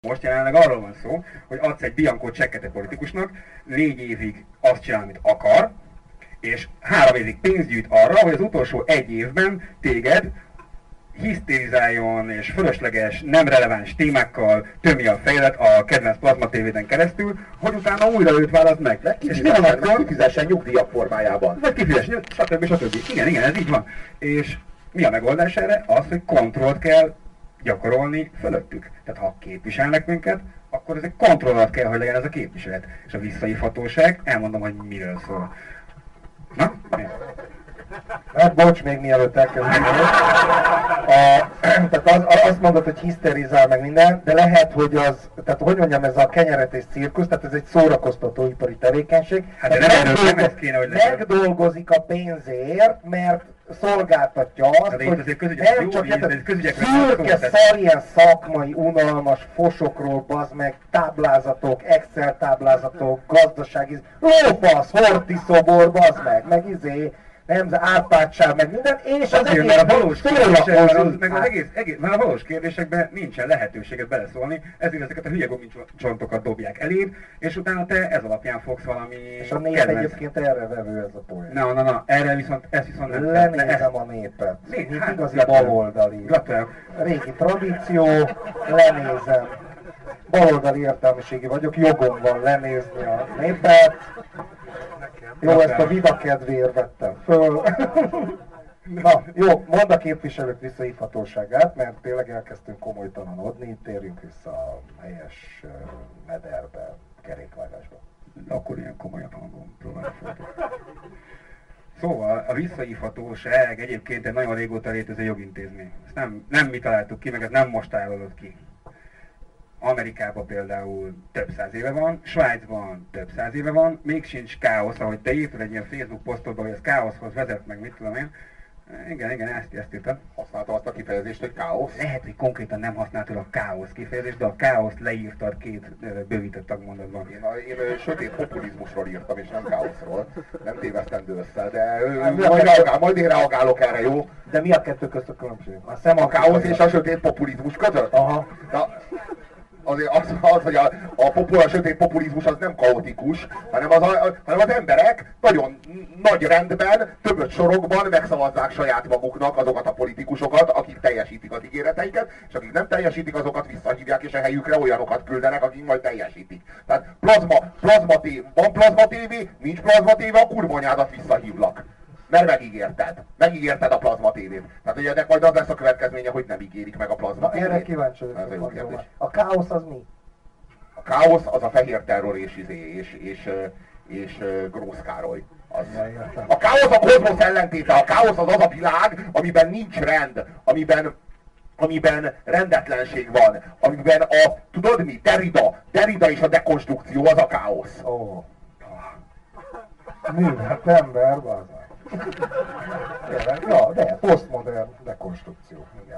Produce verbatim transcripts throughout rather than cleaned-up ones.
Most jelenleg arról van szó, hogy adsz egy biankó csekket egy politikusnak, négy évig azt csinál, amit akar, és három évig pénzt gyűjt arra, hogy az utolsó egy évben téged hisztérizáljon és fölösleges, nem releváns témákkal tömje a fejedet a kedvenc plazma tévéden keresztül, hogy utána újra őt választ meg. És mi van akkor? Kifizessen nyugdíjak formájában. Vagy kifizessen, stb. stb. Igen, igen, ez így van. És mi a megoldás erre? Az, hogy kontrollt kell gyakorolni fölöttük. Tehát ha képviselnek minket, akkor ez egy kontroll alatt kell, hogy legyen ez a képviselet. És a visszahívhatóság, elmondom, hogy miről szól. Na? Mi? Hát bocs, még mielőtt elkezdjük. A, tehát az, azt mondod, hogy hiszterizál meg minden, de lehet, hogy az, tehát hogy mondjam, ez a kenyeretés cirkusz, tehát ez egy szórakoztatóipari tevékenység. Hát de nem erről nem ez kéne, hogy legyen. Megdolgozik a pénzért, mert szolgáltatja azt, de hogy közügyek, nem csak közügyekre szürke szar ilyen szakmai, unalmas fosokról, bazd meg, táblázatok, Excel táblázatok, gazdasági, lófasz, horti szobor, bazd meg, meg izé, nem, árpátság, meg minden, és az azért, egész mert a valós kérdésekben, meg az hát. egész, egész, mert a valós kérdésekben nincsen lehetőséget beleszólni, ezért ezeket a hülye gumicsontokat dobják eléd, és utána te ez alapján fogsz valami És a nép kedvenc. egyébként erre vevő ez a poén. Na, na, na, erre viszont, ez viszont nem. Lenézem a népet. Né, Mint hát, igazi gratulálok. baloldali. Gratulálok. Régi tradíció, lenézem. Baloldali értelmiségi vagyok, jogom van lenézni a népet. Jó, ezt a vida kedvéért vettem föl. Na, jó, mondd a képviselők visszahívhatóságát, mert tényleg elkezdtünk komolytalanodni, térjünk vissza a helyes mederbe, kerékvágásba. Akkor ilyen komolyabb hangon próbálni folytatni. Szóval a visszahívhatóság egyébként egy nagyon régóta létező jogintézmény. Ezt nem, nem mi találtuk ki, meg ez nem most állodott ki. Amerikában például több száz éve van, Svájcban több száz éve van, még sincs káosz, ahogy te írtad egy ilyen Facebook posztodban, hogy ez káoszhoz vezet, meg mit tudom én. Igen, igen, ezt, ezt írtad. Használta azt a kifejezést, hogy káosz. Lehet, hogy konkrétan nem használtad a káosz kifejezést, de a káoszt leírtad két bővített tagmondatban. Én, a, én sötét populizmusról írtam, és nem káoszról. Nem tévesztendő össze, de Hát, majd, reagál, majd én reagálok erre, jó? De mi a kettő közt a különbség? A szem A káosz és a sötét populizmus között? Aha. Na, azért az, az, hogy a, a, popul, a sötét populizmus az nem kaotikus, hanem az, a, hanem az emberek nagyon nagy rendben, többöt sorokban megszavazzák saját maguknak azokat a politikusokat, akik teljesítik az ígéreteiket, és akik nem teljesítik, azokat visszahívják, és a helyükre olyanokat küldenek, akik majd teljesítik. Tehát plazma, plazma tévé, van plazma tévé, nincs plazma tévé, a kurvanyádat visszahívlak. Mert megígérted. Megígérted a plazma tévét. Tehát ugye ennek majd az lesz a következménye, hogy nem ígérik meg a plazma tévét. Erre kíváncsi Ez a jó kérdés. vagyok. A káosz az mi? A káosz az a fehér terror és, izé, és, és, és, és Grósz Károly. Az. A káosz a kozmosz ellentéte. A káosz az az a világ, amiben nincs rend, amiben, amiben rendetlenség van, amiben a, tudod mi, Derrida, Derrida és a dekonstrukció az a káosz. Ó. Oh. Művelt ember, bazen. Ja, de posztmodern dekonstrukció, igen.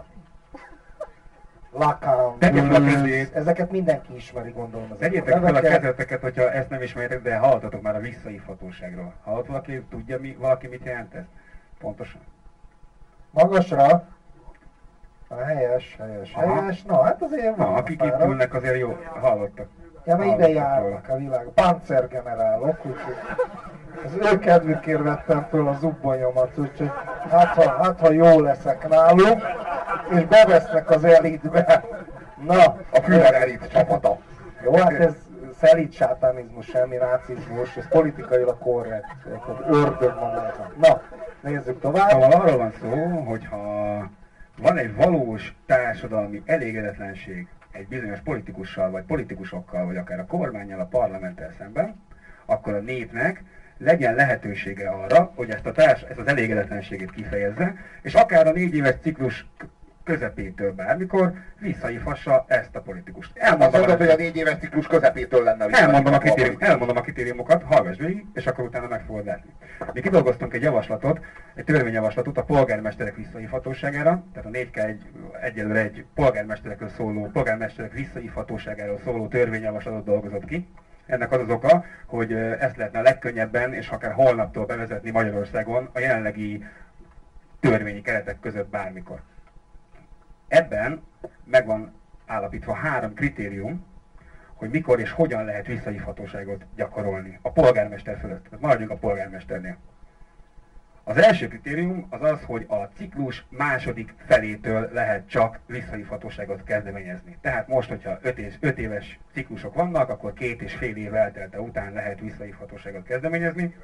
Lacan, Deleuze, ezeket mindenki ismeri, gondolom. Tegyétek fel a kezeteket, hogyha ezt nem ismeritek, de hallottatok már a visszahívhatóságról. Hallott valaki, tudja mi, valaki mit jelent ez? Pontosan. Magasra. A helyes, helyes, Aha. helyes. Na, hát azért Na, van. akik itt ülnek, azért jó, hallottak. Ja, mert ide Hallottak járnak róla. a világ. Panzergenerálok, úgyhogy az ő kedvükért vettem föl a zubbonyomat, úgyhogy hát ha, hát ha jó leszek náluk, és bevesznek az elitbe. Na, A Führer elit csapata. jó, hát ez szelíd sátánizmus, semmi nácizmus, ez politikailag korrekt, tehát ördög van ezen. Na, nézzük tovább. Szóval arról van szó, hogyha van egy valós társadalmi elégedetlenség egy bizonyos politikussal, vagy politikusokkal, vagy akár a kormánnyal, a parlamenttel szemben, akkor a népnek legyen lehetősége arra, hogy ezt, a társ, ezt az elégedetlenségét kifejezze, és akár a négy éves ciklus közepétől bármikor visszahívhassa ezt a politikust. Azt Elmondom, mondod, hogy a, a négy éves ciklus közepétől lenne elmondom, a, visszahívható kritérium, elmondom a kritériumokat, hallgass végig, és akkor utána meg fogod látni. Mi kidolgoztunk egy javaslatot, egy törvényjavaslatot a polgármesterek visszahívhatóságára, tehát a négy ká egy, egyelőre egy polgármesterekről szóló, polgármesterek visszahívhatóságáról szóló törvényjavaslatot dolgozott ki. Ennek az az oka, hogy ezt lehetne a legkönnyebben, és akár holnaptól bevezetni Magyarországon a jelenlegi törvényi keretek között bármikor. Ebben megvan állapítva három kritérium, hogy mikor és hogyan lehet visszahívhatóságot gyakorolni a polgármester fölött. Maradjunk a polgármesternél. Az első kritérium az az, hogy a ciklus második felétől lehet csak visszahívhatóságot kezdeményezni. Tehát most, hogyha öt éves ciklusok vannak, akkor két és fél év eltelte után lehet visszahívhatóságot kezdeményezni.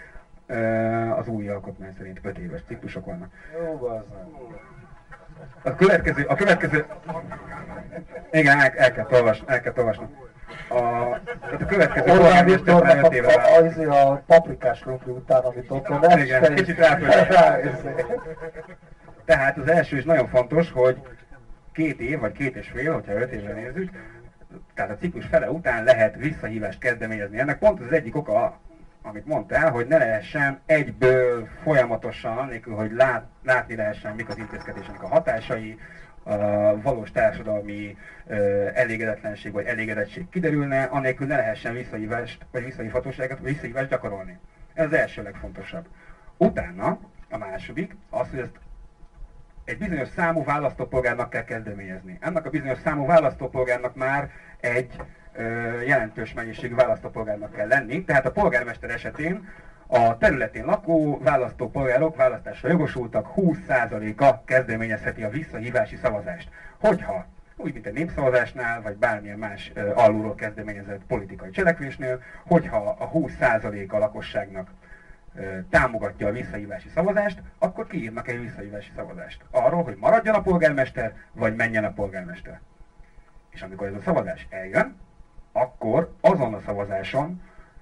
Az új alkotmány szerint öt éves ciklusok vannak. Jó, az A következő, a következő... Igen, el, el kell olvasni, el kell olvasni. A, a következő Orbán polgármester már öt Viktornak éve a, a, a, a paprikás krumpli után, amit ott van, nem Igen, kicsit ráfölött. Tehát az első is nagyon fontos, hogy két év, vagy két és fél, hogyha öt évre nézzük, tehát a ciklus fele után lehet visszahívást kezdeményezni. Ennek pont az egyik oka, amit mondtál, hogy ne lehessen egyből folyamatosan, annélkül, hogy lát, látni lehessen, mik az intézkedésnek a hatásai, a valós társadalmi uh, elégedetlenség vagy elégedettség kiderülne, annélkül ne lehessen visszahívást, vagy visszahívhatóságot, vagy visszahívást gyakorolni. Ez az első legfontosabb. Utána a második az, hogy ezt egy bizonyos számú választópolgárnak kell kezdeményezni. Ennek a bizonyos számú választópolgárnak már egy ö, jelentős mennyiségű választópolgárnak kell lenni. Tehát a polgármester esetén a területén lakó választópolgárok választásra jogosultak húsz százaléka kezdeményezheti a visszahívási szavazást. Hogyha úgy, mint egy népszavazásnál, vagy bármilyen más ö, alulról kezdeményezett politikai cselekvésnél, hogyha a húsz százaléka a lakosságnak támogatja a visszahívási szavazást, akkor kiírnak egy visszahívási szavazást. Arról, hogy maradjon a polgármester, vagy menjen a polgármester. És amikor ez a szavazás eljön, akkor azon a szavazáson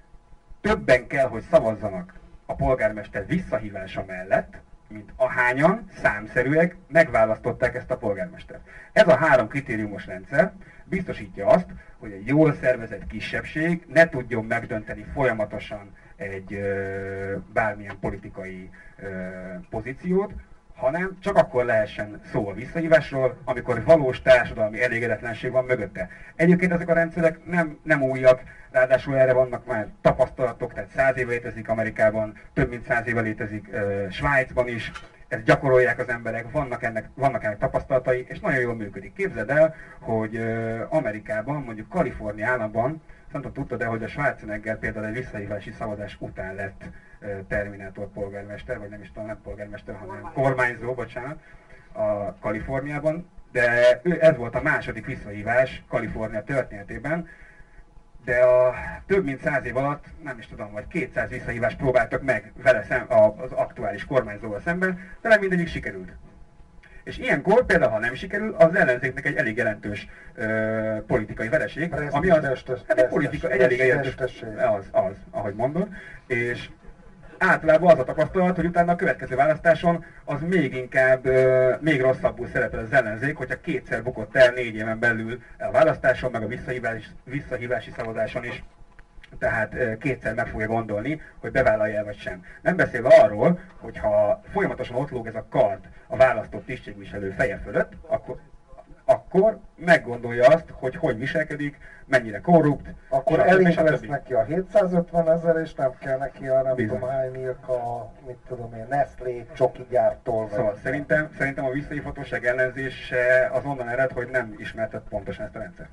többen kell, hogy szavazzanak a polgármester visszahívása mellett, mint ahányan számszerűek megválasztották ezt a polgármestert. Ez a három kritériumos rendszer biztosítja azt, hogy egy jól szervezett kisebbség ne tudjon megdönteni folyamatosan egy ö, bármilyen politikai ö, pozíciót, hanem csak akkor lehessen szó a visszahívásról, amikor valós társadalmi elégedetlenség van mögötte. Egyébként ezek a rendszerek nem, nem újak, ráadásul erre vannak már tapasztalatok, tehát száz éve létezik Amerikában, több mint száz éve létezik ö, Svájcban is, ezt gyakorolják az emberek, vannak ennek, vannak ennek tapasztalatai, és nagyon jól működik. Képzeld el, hogy ö, Amerikában, mondjuk Kalifornia államban, nem tudom, tudtad, de hogy a Schwarzenegger például egy visszahívási szavazás után lett uh, Terminátor polgármester, vagy nem is tudom, nem polgármester, hanem kormányzó, bocsánat, a Kaliforniában. De ő, ez volt a második visszahívás Kalifornia történetében, de a több mint száz év alatt, nem is tudom, vagy kétszáz visszahívást próbáltak meg vele szem, az aktuális kormányzóval szemben, de nem mindegyik sikerült. És ilyenkor például, ha nem sikerül, az ellenzéknek egy elég jelentős ö, politikai vereség, ami az, hát egy politika, egy elég jelentős, az, az, ahogy mondod, és általában az a tapasztalat, hogy utána a következő választáson az még inkább, ö, még rosszabbul szerepel az ellenzék, hogyha kétszer bukott el négy éven belül a választáson, meg a visszahívás, visszahívási szavazáson is. Tehát kétszer meg fogja gondolni, hogy bevállalja el vagy sem. Nem beszélve arról, hogy ha folyamatosan ott lóg ez a kard a választott tisztségviselő feje fölött, akkor, akkor meggondolja azt, hogy hogy viselkedik, mennyire korrupt. Akkor elég lesz neki a hétszázötven ezer, és nem kell neki a nem Bizony. tudom hány Milka, mit tudom én, Nestlé, csoki gyártól. Szóval szerintem, szerintem a visszahívhatóság ellenzése az onnan ered, hogy nem ismertet pontosan ezt a rendszert.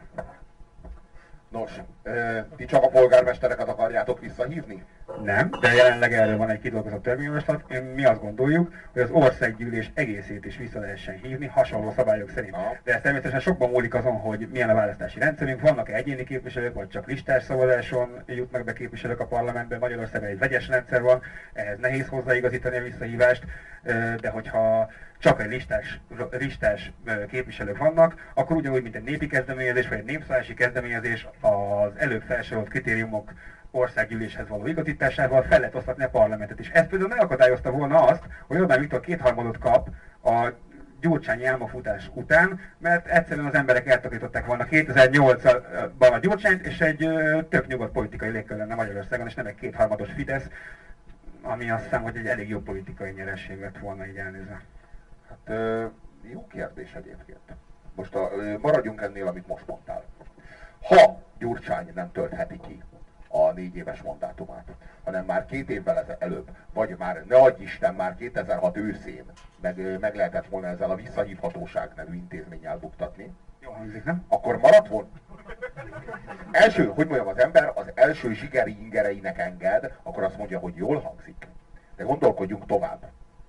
Nos, ti csak a polgármestereket akarjátok visszahívni? Nem, de jelenleg erről van egy kidolgozott törvényjavaslat. Mi azt gondoljuk, hogy az országgyűlés egészét is vissza lehessen hívni, hasonló szabályok szerint. Aha. De ez természetesen sokban múlik azon, hogy milyen a választási rendszerünk, vannak-e egyéni képviselők, vagy csak listás szavazáson jutnak be képviselők a parlamentben. Magyarországon egy vegyes rendszer van, ehhez nehéz hozzáigazítani a visszahívást, de hogyha csak egy listás, listás képviselők vannak, akkor ugyanúgy, mint egy népi kezdeményezés, vagy egy népszavazási kezdeményezés az előbb felsorolt kritériumok országgyűléshez való igazításával fel lehet osztatni a parlamentet is. Ez például megakadályozta volna azt, hogy Orbán Viktor kétharmadot kap a gyurcsányi álmafutás után, mert egyszerűen az emberek eltakították volna kétezer-nyolcban a Gyurcsányt, és egy ö, tök nyugodt politikai légkör lenne Magyarországon, és nem egy kétharmados Fidesz, ami azt hiszem, hogy egy elég jó politikai nyereség lett volna így elnézve. Hát ö, jó kérdés egyébként. Most a, ö, maradjunk ennél, amit most mondtál. Ha Gyurcsány nem töltheti ki a négy éves mandátumát, hanem már két évvel előbb, vagy már ne adj Isten, már kétezer-hat őszén meg, meg lehetett volna ezzel a visszahívhatóság nevű intézménnyel buktatni. Jó, hangzik, nem? Akkor maradt volna. Első, hogy mondjam, az ember az első zsigeri ingereinek enged, akkor azt mondja, hogy jól hangzik. De gondolkodjunk tovább.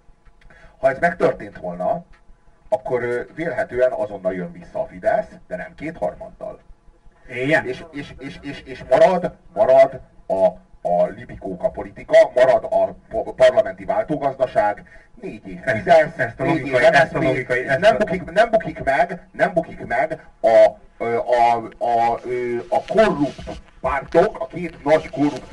Ha ez megtörtént volna, akkor vélhetően azonnal jön vissza a Fidesz, de nem kétharmaddal. Éljen! És, és, és, és, és marad, marad a, a libikóka politika, marad a parlamenti váltógazdaság, négy év Fidesz, ezt a négy év logikai, em es ezt a zé, logikai, és ezt nem a- bukik, nem bukik meg, nem bukik meg a, a, a, a, a korrupt pártok, a két nagy korrupt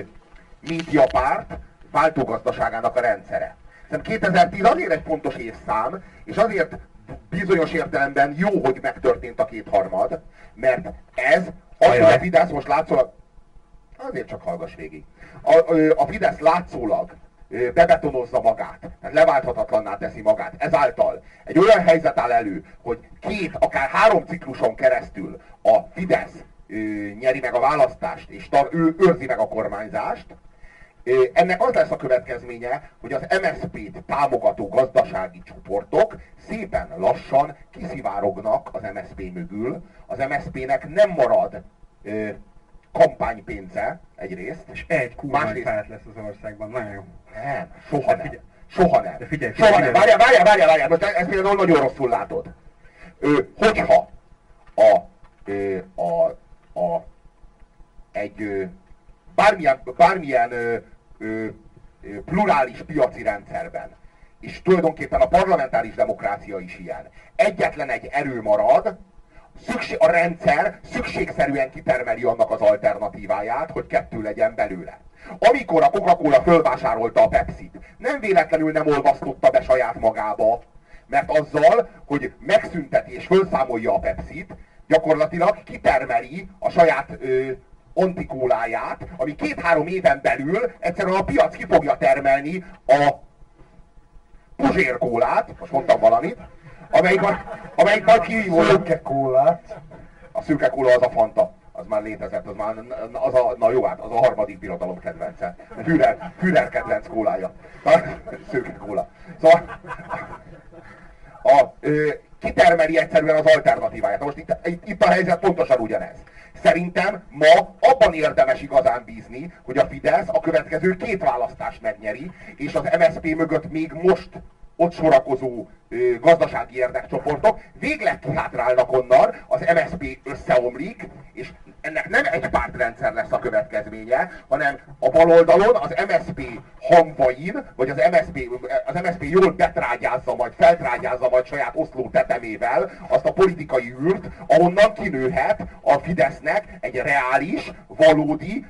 médiapárt váltógazdaságának a rendszere. Szerintem kétezer-tíz azért egy fontos évszám, és azért bizonyos értelemben jó, hogy megtörtént a kétharmad, mert ez, az, hogy a Fidesz most látszólag, azért csak hallgass végig, a, a Fidesz látszólag bebetonozza magát, tehát leválthatatlanná teszi magát. Ezáltal egy olyan helyzet áll elő, hogy két, akár három cikluson keresztül a Fidesz ö, nyeri meg a választást, és tar, ő őrzi meg a kormányzást. Ö, ennek az lesz a következménye, hogy az em es zé pét támogató gazdasági csoportok szépen lassan kiszivárognak az em es zé pé mögül. Az em es zé pének nem marad ö, kampánypénze egyrészt, És egy kurva másrészt- párt lesz az országban, nagyon jó. nem, soha nem. figyelj. Soha nem. De figyelj, Soha figyelj, nem. Várjál, várjál, várjál, várjál. Most ezt például nagyon rosszul látod. Ö, hogyha a, ö, a, a, egy ö, bármilyen, bármilyen ö, ö, ö, plurális piaci rendszerben, és tulajdonképpen a parlamentáris demokrácia is ilyen, egyetlen egy erő marad, szükség, a rendszer szükségszerűen kitermeli annak az alternatíváját, hogy kettő legyen belőle. Amikor a Coca-Cola fölvásárolta a Pepsit, nem véletlenül nem olvasztotta be saját magába, mert azzal, hogy megszünteti és fölszámolja a Pepsit, gyakorlatilag kitermeli a saját ö, antikóláját, ami két-három éven belül egyszerűen a piac ki fogja termelni a puzsérkólát, most mondtam valamit, amelyik, amelyik majd kihívó. Szőke kólát. A szürke kóla az a Fanta. Az már létezett, az már, az a, na jó, hát az a harmadik birodalom kedvence. Führer, Führer kedvenc kólája. Szürke kóla. Szóval a, ö, kitermeli egyszerűen az alternatíváját. Most itt, itt, itt a helyzet pontosan ugyanez. Szerintem ma abban érdemes igazán bízni, hogy a Fidesz a következő két választást megnyeri, és az em es zé pé mögött még most ott sorakozó ö, gazdasági érdekcsoportok végleg kihátrálnak onnan, az em es zé pé összeomlik, és ennek nem egy pártrendszer lesz a következménye, hanem a baloldalon az em es zé pé hamvain, vagy az em es zé pé, az em es zé pé jól betrágyázza majd, feltrágyázza majd saját Oszló tetemével azt a politikai űrt, ahonnan kinőhet a Fidesznek egy reális, valódi,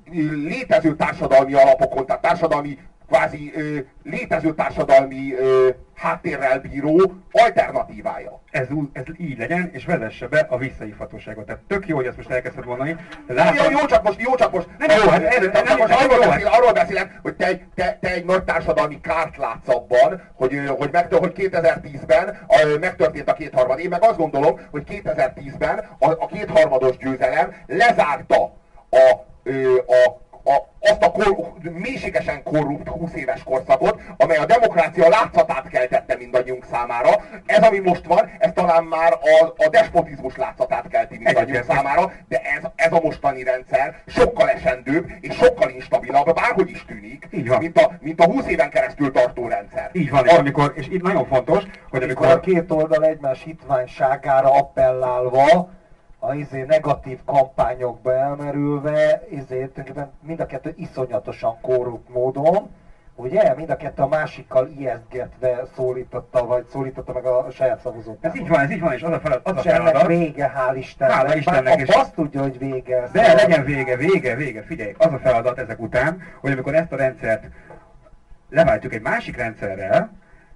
létező társadalmi alapokon, tehát társadalmi kvázi ö, létező társadalmi ö, háttérrel bíró alternatívája. Ez, ú- ez így legyen, és vezesse be a visszahívhatóságot. Tehát tök jó, hogy ezt most elkezdted mondani. De Jó, látod, jó, csak most, jó, csak most, Nem jó, hát ez- csak nem- most nem arról, jó, beszél, arról beszélek, hogy te, egy- te, te egy nagy társadalmi kárt látsz abban, hogy, ö, hogy, meg, hogy kétezer-tízben a, megtörtént a kétharmad. Én meg azt gondolom, hogy kétezer-tízben a, a kétharmados győzelem lezárta a, ö, a A, azt a kor, mélységesen korrupt húsz éves korszakot, amely a demokrácia látszatát keltette mindannyiunk számára. Ez, ami most van, ez talán már a, a despotizmus látszatát kelti mindannyiunk Egyetlen. számára, de ez, ez a mostani rendszer sokkal esendőbb és sokkal instabilabb, bárhogy is tűnik, Így van. mint a, mint a húsz éven keresztül tartó rendszer. így van, és, A- amikor, és itt nagyon fontos, hogy Amikor a amikor két oldal egymás hitványságára appellálva, a izé negatív kampányokba elmerülve, izé, tulajdonképpen mind a kettő iszonyatosan korrupt módon, ugye? Mind a kettő a másikkal ijesztgetve szólította, vagy szólította meg a saját szavazókat. ez így van, ez így van, és az a feladat, az a És ennek feladat, vége, hál' Istennek. Hála Istennek, Bár és- a basz tudja, hogy vége. de szóval- legyen vége, vége, vége, figyelj, az a feladat ezek után, hogy amikor ezt a rendszert leváltjuk egy másik rendszerrel,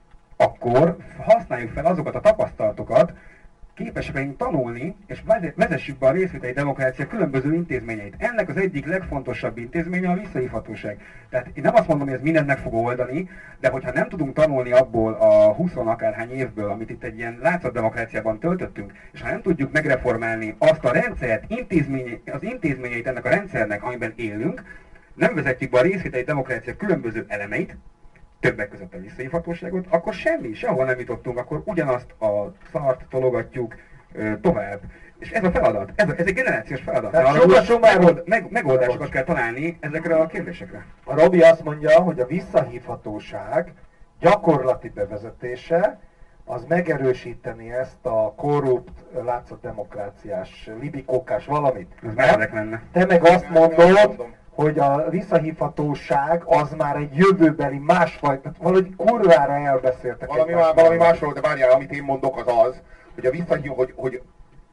akkor használjuk fel azokat a tapasztalatokat, képesek legyünk tanulni, és veze- vezessük be a részvételi demokrácia különböző intézményeit. Ennek az egyik legfontosabb intézménye a visszahívhatóság. Tehát én nem azt mondom, hogy ez mindent meg fog oldani, de hogyha nem tudunk tanulni abból a húsz akárhány évből, amit itt egy ilyen látszatdemokráciában töltöttünk, és ha nem tudjuk megreformálni azt a rendszert, intézménye, az intézményeit ennek a rendszernek, amiben élünk, nem vezetjük be a részvételi demokrácia különböző elemeit, többek között a visszahívhatóságot, akkor semmi, sehol nem jutottunk, akkor ugyanazt a szart tologatjuk ö, tovább. És ez a feladat, ez, a, ez egy generációs feladat. Hát Arra sokat somáról- megold, meg, megoldásokat kell találni ezekre a kérdésekre. A Robi azt mondja, hogy a visszahívhatóság gyakorlati bevezetése az megerősíteni ezt a korrupt, látszott demokráciás, libikókás valamit. Ez meredek lenne. Te meg azt Nem, nem mondod, mondom. hogy a visszahívhatóság az már egy jövőbeli másfajta, valahogy kurvára elbeszéltek. Valami, egymást má, valami mellett. másról, de várjál, amit én mondok az az, hogy a, visszahív, hogy, hogy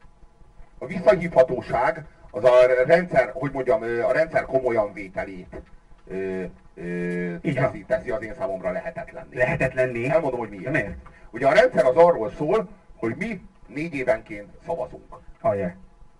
a visszahívhatóság az a rendszer, hogy mondjam, a rendszer komolyan vételét ö, ö, Így van. teszi, teszi az én számomra lehetetlenné. Lehetetlenné. Elmondom, hogy miért. De miért? Ugye a rendszer az arról szól, hogy mi négy évenként szavazunk. Hallja.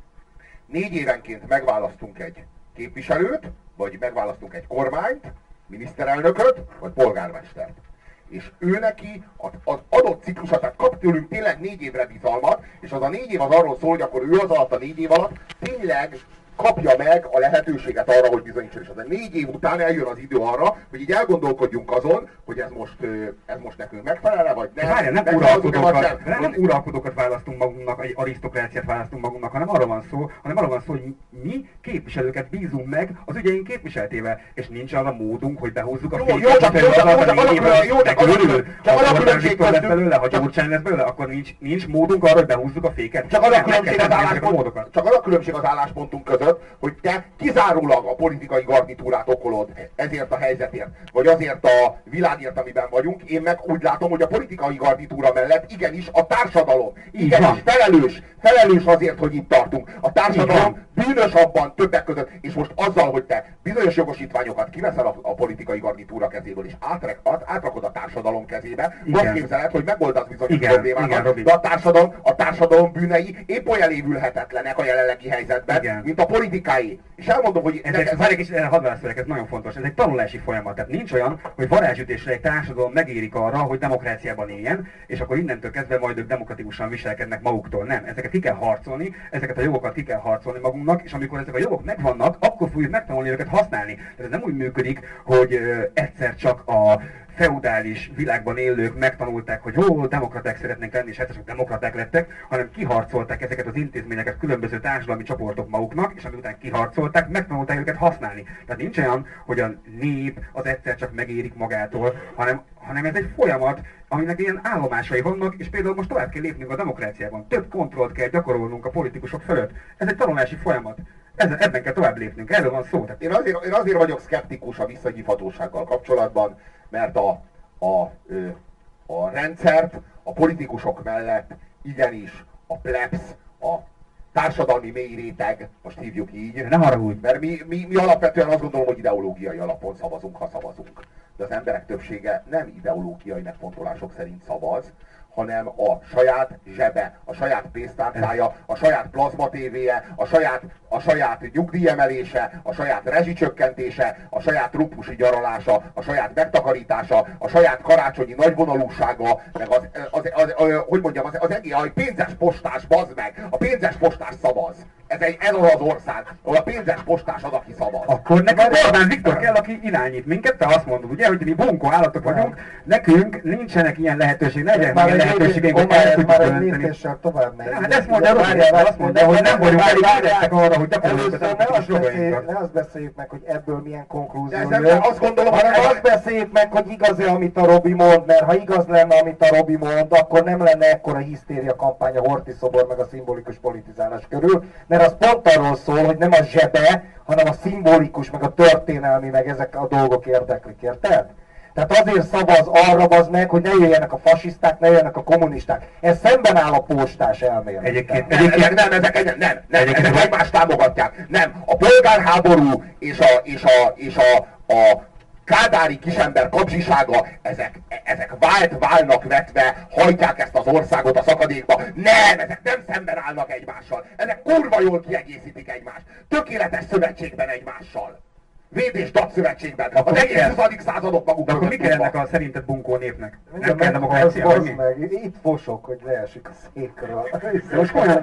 Négy évenként megválasztunk egy képviselőt, vagy megválasztunk egy kormányt, miniszterelnököt, vagy polgármestert. És ő neki az adott ciklusa, tehát kap tőlünk tényleg négy évre bizalmat, és az a négy év az arról szól, hogy akkor ő az alatt a négy év alatt tényleg kapja meg a lehetőséget arra, hogy bizonyítson. És az a négy év után eljön az idő arra, hogy így elgondolkodjunk azon, hogy ez most, ez most nekünk megfelel, vagy nem. Várjál, nem megszavazunk-e, vagy uralkodókat, nem. nem uralkodókat választunk magunknak, egy arisztokráciát választunk magunknak, hanem arról van szó, hanem arról van szó, hogy mi képviselőket bízunk meg az ügyeink képviseltével, és nincs arra módunk, hogy behúzzuk a Jó, féket, jó, csak- hogy jó, csak- az jó, csak- a négy jó, évben jó, csak- megörül, csak ha az a Orbán különbség Viktor lesz köztünk- belőle, ha csak- Gyurcsány lesz belőle, akkor nincs, nincs módunk arra, hogy behúzzuk a féket. Csak az, a Nem, meg kell különbség az találni ezeket a álláspont, módokat. csak az a különbség az álláspontunk között, hogy te kizárólag a politikai garnitúrát okolod ezért a helyzetért, vagy azért a világért, amiben vagyunk. Én meg úgy látom, hogy a politikai garnitúra mellett igenis a társadalom, igenis van. felelős, felelős azért, hogy itt tartunk. A Így társadalom van. bűnös abban többek között, és most azzal, hogy te bizonyos jogosítványokat kiveszel a, a politikai garnitúra kezéből, és átre, át, átrakod a társadalom kezébe, Igen. azt képzeled, hogy megoldasz bizonyos Igen, problémákat, igen, Robi. de a társadalom, a társadalom bűnei épp olyan elévülhetetlenek a jelenlegi helyzetben, Igen. mint a politikai. És elmondom, hogy Ez neked- egy, várj egy kicsit, erre hadd válaszoljak, ez nagyon fontos. Ez egy tanulási folyamat. Tehát nincs olyan, hogy varázsütésre egy társadalom megérik arra, hogy demokráciában éljen, és akkor innentől kezdve majd ők demokratikusan viselkednek maguktól. Nem, ezeket ki kell harcolni, ezeket a jogokat ki kell harcolni magunknak, és amikor ezek a jogok megvannak, akkor fogjuk megtanulni őket használni. Tehát ez nem úgy működik, hogy ö, egyszer csak a feudális világban élők megtanulták, hogy jó, demokraták szeretnénk lenni, és egyszer csak demokraták lettek, hanem kiharcolták ezeket az intézményeket különböző társadalmi csoportok maguknak, és amiután kiharcolták, megtanulták őket használni. Tehát nincs olyan, hogy a nép az egyszer csak megérik magától, hanem, hanem ez egy folyamat, aminek ilyen állomásai vannak, és például most tovább kell lépnünk a demokráciában. Több kontrollt kell gyakorolnunk a politikusok fölött. Ez egy tanulási folyamat. Ezen, ebben kell tovább lépnünk, erről van szó. Tehát Én azért, én azért vagyok szkeptikus a visszahívhatósággal kapcsolatban, mert a, a, ö, a rendszert a politikusok mellett igenis a plebs, a társadalmi mély réteg, most hívjuk így, nem haragudj. mert mi, mi, mi alapvetően azt gondolom, hogy ideológiai alapon szavazunk, ha szavazunk. De az emberek többsége nem ideológiai megfontolások szerint szavaz, hanem a saját zsebe, a saját pénztárcája, a saját plazmatévéje, a saját, a saját nyugdíjemelése, a saját rezsicsökkentése, a saját truppusi gyaralása, a saját megtakarítása, a saját karácsonyi nagyvonalúsága, meg az, az, az, az, az hogy mondjam, az, az egész, a pénzes postás, bazd meg, a pénzes postás szavaz. Ez, egy, ez az az ország, ahol a pénzes postás az, aki szavaz. Akkor nekünk Orbán Viktor kell, aki irányít minket, te azt mondod, ugye, hogy mi bunkó állatok vagyunk, nekünk nincsenek ilyen lehetőség, ne legyen ilyen lehetőségeink, hogy el ez tudjuk már egy dönteni. lépéssel tovább megy. Hát ezt mondja Robi, Várjál, várjál, azt mondja, hogy nem vagyunk elég érettek arra, hogy gyakoroljuk a Először ne azt, demokratikus beszéljük, jogainkat. ne azt beszéljük meg, hogy ebből milyen konklúzió De ez nem- jön, azt gondolom, hogy hanem ez- azt beszéljük meg, hogy igaz-e, amit a Robi mond, mert ha igaz lenne, amit a Robi mond, akkor nem lenne ekkora hisztéria kampány a Horthy szobor meg a szimbolikus politizálás körül, mert az pont arról szól, hogy nem a zsebe, hanem a szimbolikus, meg a történelmi, meg ezek a dolgok érdeklik, érted? Tehát azért szavaz arra, az meg, hogy ne jöjjenek a fasiszták, ne jöjjenek a kommunisták. Ez szemben áll a postás elmélet. Egyébként, Nem, ezek egyébként nem, ezek, nem, nem, nem, Egyébként ezek vagy- egymást támogatják. Nem, a polgárháború és a, és a, és a, a kádári kisember kapzsisága, ezek, ezek vált válnak vetve, hajtják ezt az országot a szakadékba. Nem, ezek nem szemben állnak egymással. Ezek kurva jól kiegészítik egymást. Tökéletes szövetségben egymással. Véd és dat szövetségben. Az egész kell? huszadik századok maguk de akkor mi mögött kell tudva. ennek a szerinted bunkó népnek? Nem Nem kell demokrácia, vagy mi? meg. Itt fosok, hogy leesik a székről. Most komolyan,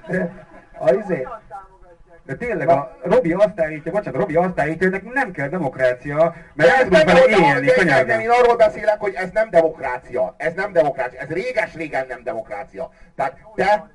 A izé, de tényleg a Robi azt állítja, bocsánat, Robi azt állítja, hogy nekünk nem kell demokrácia, mert De el ez tudunk nem, vele de- de- élni, de- de- nem, könyörgöm. én arról beszélek, hogy ez nem demokrácia. Ez nem demokrácia. Ez réges-régen nem demokrácia. Tehát te,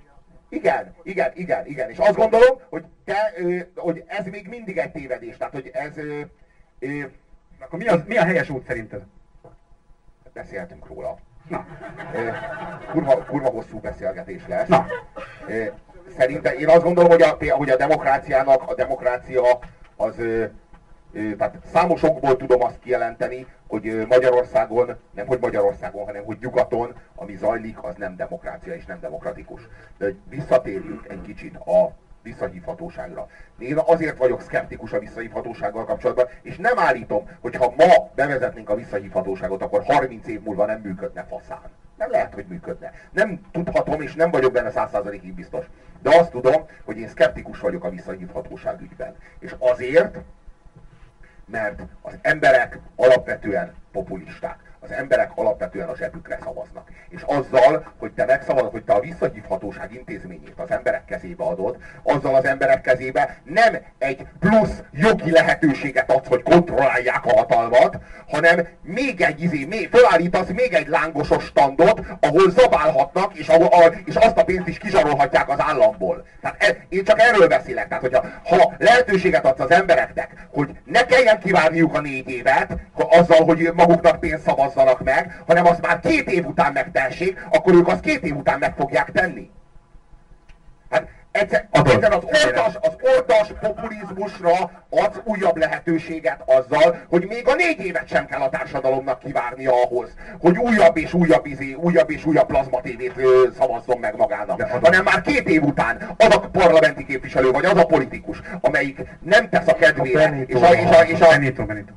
Igen, igen, igen, igen. És azt gondolom, hogy, te, ö, hogy ez még mindig egy tévedés. Tehát, hogy ez... Ö, ö, Akkor mi, az, mi a helyes út szerinted? beszéltünk róla. Na. Ö, kurva, kurva hosszú beszélgetés lesz. Na. Ö, szerintem én azt gondolom, hogy a, hogy a demokráciának, a demokrácia az... Ö, ö, tehát számos okból tudom azt kijelenteni, hogy ö, Magyarországon, nem hogy Magyarországon, hanem hogy nyugaton, ami zajlik, az nem demokrácia és nem demokratikus. De hogy visszatérjünk egy kicsit a visszahívhatóságra. Én azért vagyok szkeptikus a visszahívhatósággal kapcsolatban, és nem állítom, hogy ha ma bevezetnénk a visszahívhatóságot, akkor harminc év múlva nem működne faszán. Nem lehet, hogy működne. Nem tudhatom, és nem vagyok benne száz százalékig biztos. De azt tudom, hogy én szkeptikus vagyok a visszahívhatóság ügyben. És azért, mert az emberek alapvetően populisták. Az emberek alapvetően a zsebükre szavaznak. És azzal, hogy te megszavazod, hogy te a visszahívhatóság intézményét az emberek kezébe adod, azzal az emberek kezébe nem egy plusz jogi lehetőséget adsz, hogy kontrollálják a hatalmat, hanem még egy izé, még, fölállítasz még egy lángosos standot, ahol zabálhatnak, és, ahol, a, és azt a pénzt is kizsarolhatják az államból. Tehát e, én csak erről beszélek. Tehát, hogyha ha lehetőséget adsz az embereknek, hogy ne kelljen kivárniuk a négy évet, azzal, hogy maguknak pénzt szavazzanak meg, hanem azt már két év után megtessék, akkor ők azt két év után meg fogják tenni. Hát egyszer, egyszer az, ordas, az ordas populizmusra adsz újabb lehetőséget azzal, hogy még a négy évet sem kell a társadalomnak kivárnia ahhoz, hogy újabb és újabb, izé, újabb és újabb plazmatévét szavazzon meg magának. Hanem már két év után az a parlamenti képviselő, vagy az a politikus, amelyik nem tesz a kedvére, a és a... És a, és a, Benito, Benito.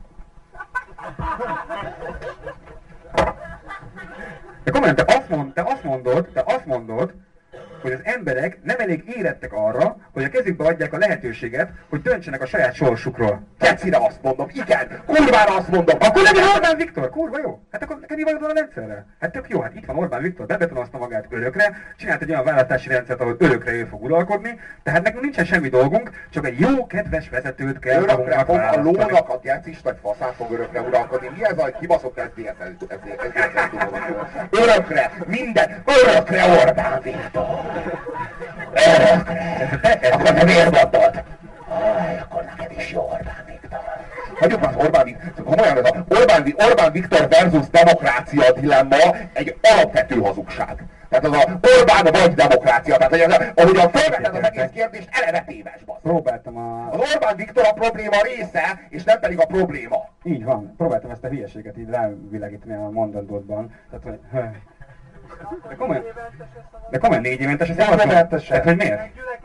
De komolyan, te azt, mond, te azt mondod, te azt mondod, hogy az emberek nem elég érettek arra, hogy a kezükbe adják a lehetőséget, hogy döntsenek a saját sorsukról. Kecire azt mondom, igen, kurvára azt mondom. Akkor legyen Orbán Viktor, kurva jó. Hát akkor neked mi van a rendszerrel? Hát tök jó, hát itt van Orbán Viktor, bebetonozta magát örökre, csinált egy olyan választási rendszert, ahol örökre ő fog uralkodni, tehát nekünk nincsen semmi dolgunk, csak egy jó, kedves vezetőt kell örökre fog a lónak a gecis vagy faszán fog örökre uralkodni. Mi ez a kibaszott es zé es Örökre, minden, örökre Orbán Viktor. Örökre. Akkor te miért mondod? Aj, akkor neked is jó Orbán Viktor. Hagyjuk már az Orbán Viktor, komolyan ez a Orbán, Orbán Viktor versus demokrácia dilemma egy alapvető hazugság. Tehát az a Orbán vagy demokrácia, tehát hogy az, ahogy a felveted az egész kérdést, eleve téves, basz. Próbáltam a... Az Orbán Viktor a probléma része, és nem pedig a probléma. Így van, próbáltam ezt a hülyeséget így rávilágítani a mondandódban. Tehát, hogy... De komolyan, de komolyan négy éventes ez nem éventes. Tehát, hogy miért?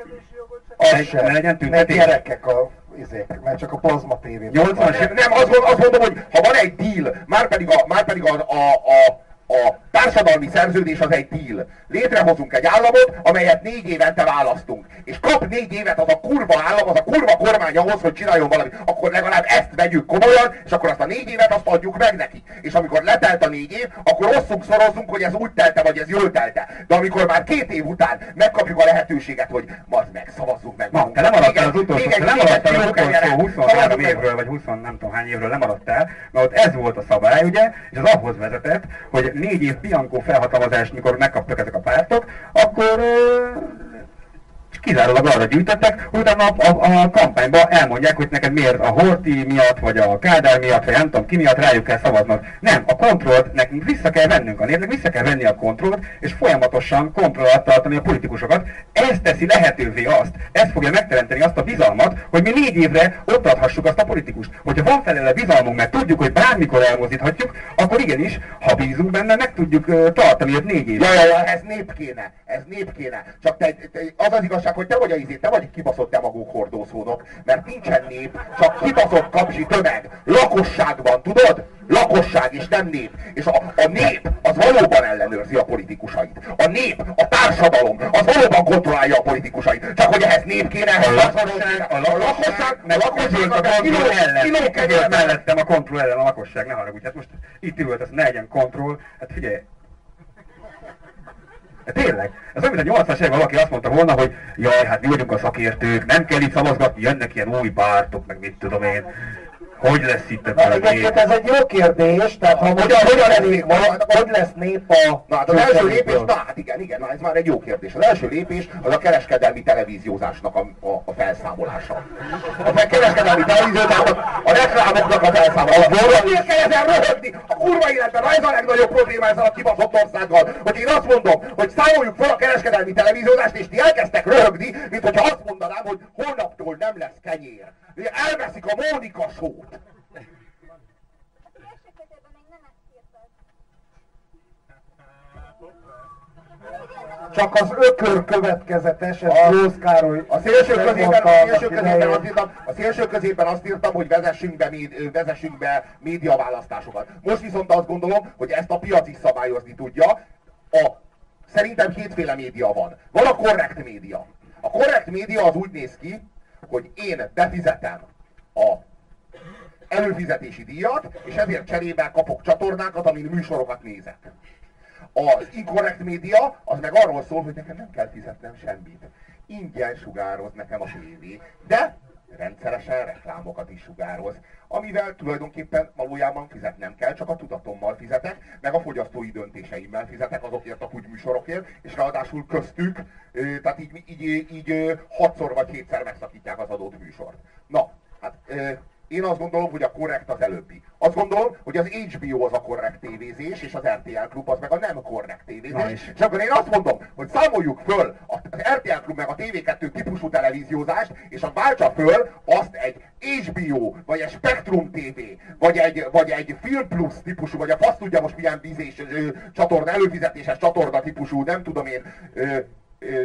Az sem. Ne legyen tüntetés. Ne gyerekek a izék, mert csak a plazma tévét. nyolcvanas év... Nem, azt, azt mondom, hogy ha van egy deal, már pedig a, már pedig a, a, a, a társadalmi szerződés az egy deal. Létrehozunk egy államot, amelyet négy évente választunk. És kap négy évet az a kurva állam, az a kurva kormány ahhoz, hogy csináljon valamit. Akkor legalább ezt vegyük komolyan, és akkor azt a négy évet azt adjuk meg neki. És amikor letelt a négy év, akkor osszunk, szorozzunk, hogy ez úgy telte, vagy ez jól telte. De amikor már két év után megkapjuk a lehetőséget, hogy majd meg, szavazzunk meg. Ma, te lemaradtál az utolsó, te lemaradtál az utolsó huszonhárom évről, vagy húsz nem tudom hány évről lemaradtál, mert ott ez volt a szabály, ugye, és az ahhoz vezetett, hogy négy év Bianco felhatalmazást, mikor megkaptak ezek a pártok, akkor uh, kizárólag arra gyűjtöttek, hogy utána a, a, a kampányban elmondják, hogy neked miért a Horthy miatt, vagy a Kádár miatt, vagy nem tudom ki miatt rájuk kell szavaznod. Nem, a kontrollt nekünk vissza kell vennünk, a népnek vissza kell venni a kontrollt, és folyamatosan kontroll alatt tartani a politikusokat. Ez teszi lehetővé azt, ez fogja megteremteni azt a bizalmat, hogy mi négy évre ott adhassuk azt a politikust. Hogyha van felele bizalmunk, mert tudjuk, hogy bármikor elmozdíthatjuk, akkor igenis, ha bízunk benne, meg tudjuk uh, tartani őt négy évre. Ja, ja, ja, ez nép kéne, ez nép kéne. Csak te, te, az az igazság, hogy te vagy a izé, te vagy egy kibaszott demagóg hordószónok, mert nincsen nép, csak kibaszott kapzsi tömeg. Lakosságban, tudod? Lakosság és nem nép. És a, a nép az valóban ellenőrzi a politikusait. A nép, a társadalom az valóban kontrollálja a politikusait. Csak hogy ehhez nép kéne, a lakosság, a lakosság, mert a lakosság a kontroll ellen, kiló mellettem a kontroll ellen a lakosság, ne haragudj. Hát most itt ült, ez ne legyen kontroll, hát figyelj. De tényleg, ez olyan, mint a nyolcvanas évben valaki azt mondta volna, hogy jaj, hát mi vagyunk a szakértők, nem kell itt szavazgatni, jönnek ilyen új pártok, meg mit tudom én. Hogy lesz itt Na, ebből a egyébként nép? ez egy jó kérdés, tehát ha Hogyan- most hogyan lesz lennék, nép? hogy, hogy lesz nép a... Na hát az első csökkenésből? lépés, na hát igen, igen, na ez már egy jó kérdés. Az első lépés az a kereskedelmi televíziózásnak a, a, a felszámolása. A kereskedelmi televíziózásnak, a reklámoknak a felszámolása. Miért kell ezen röhögni? A kurva életben, na ez a legnagyobb probléma ezzel a kibaszott országgal, hogy én azt mondom, hogy számoljuk fel a kereskedelmi televíziózást, és ti elkezdtek röhögni, mint hogyha azt mondanám, hogy holnaptól nem lesz kenyér. Elveszik a Mónika sót. Csak az ökör következetes, ez A- Grósz Károly. A szélső közében, megmondta a annak szélső közében idején. azt írtam, a szélső közében azt írtam, hogy vezessünk be, méd, vezessünk be médiaválasztásokat. Most viszont azt gondolom, hogy ezt a piac is szabályozni tudja. A, szerintem kétféle média van. Van a korrekt média. A korrekt média az úgy néz ki, hogy én befizetem a előfizetési díjat, és ezért cserébe kapok csatornákat, amin műsorokat nézek. Az inkorrekt média az meg arról szól, hogy nekem nem kell fizetnem semmit. Ingyen sugároz nekem a tévé, de rendszeresen reklámokat is sugároz, amivel tulajdonképpen valójában fizetnem kell, csak a tudatommal fizetek, meg a fogyasztói döntéseimmel fizetek azokért a műsorokért, és ráadásul köztük, tehát így, így, így hatszor vagy hétszer megszakítják az adott műsort. Na, hát én azt gondolom, hogy a korrekt az előbbi. Azt gondolom, hogy az há bé o az a korrekt tévézés, és az er té el Klub az meg a nem korrekt tévézés. És, és akkor én azt mondom, hogy számoljuk föl az er té el Klub meg a té vé kettő típusú televíziózást, és a váltsa föl azt egy há bé o, vagy egy Spektrum té vé, vagy egy, vagy egy Film Plus típusú, vagy a fasz tudja most milyen vízés ö, csatorna, előfizetéses csatorna típusú, nem tudom én, ö, ö,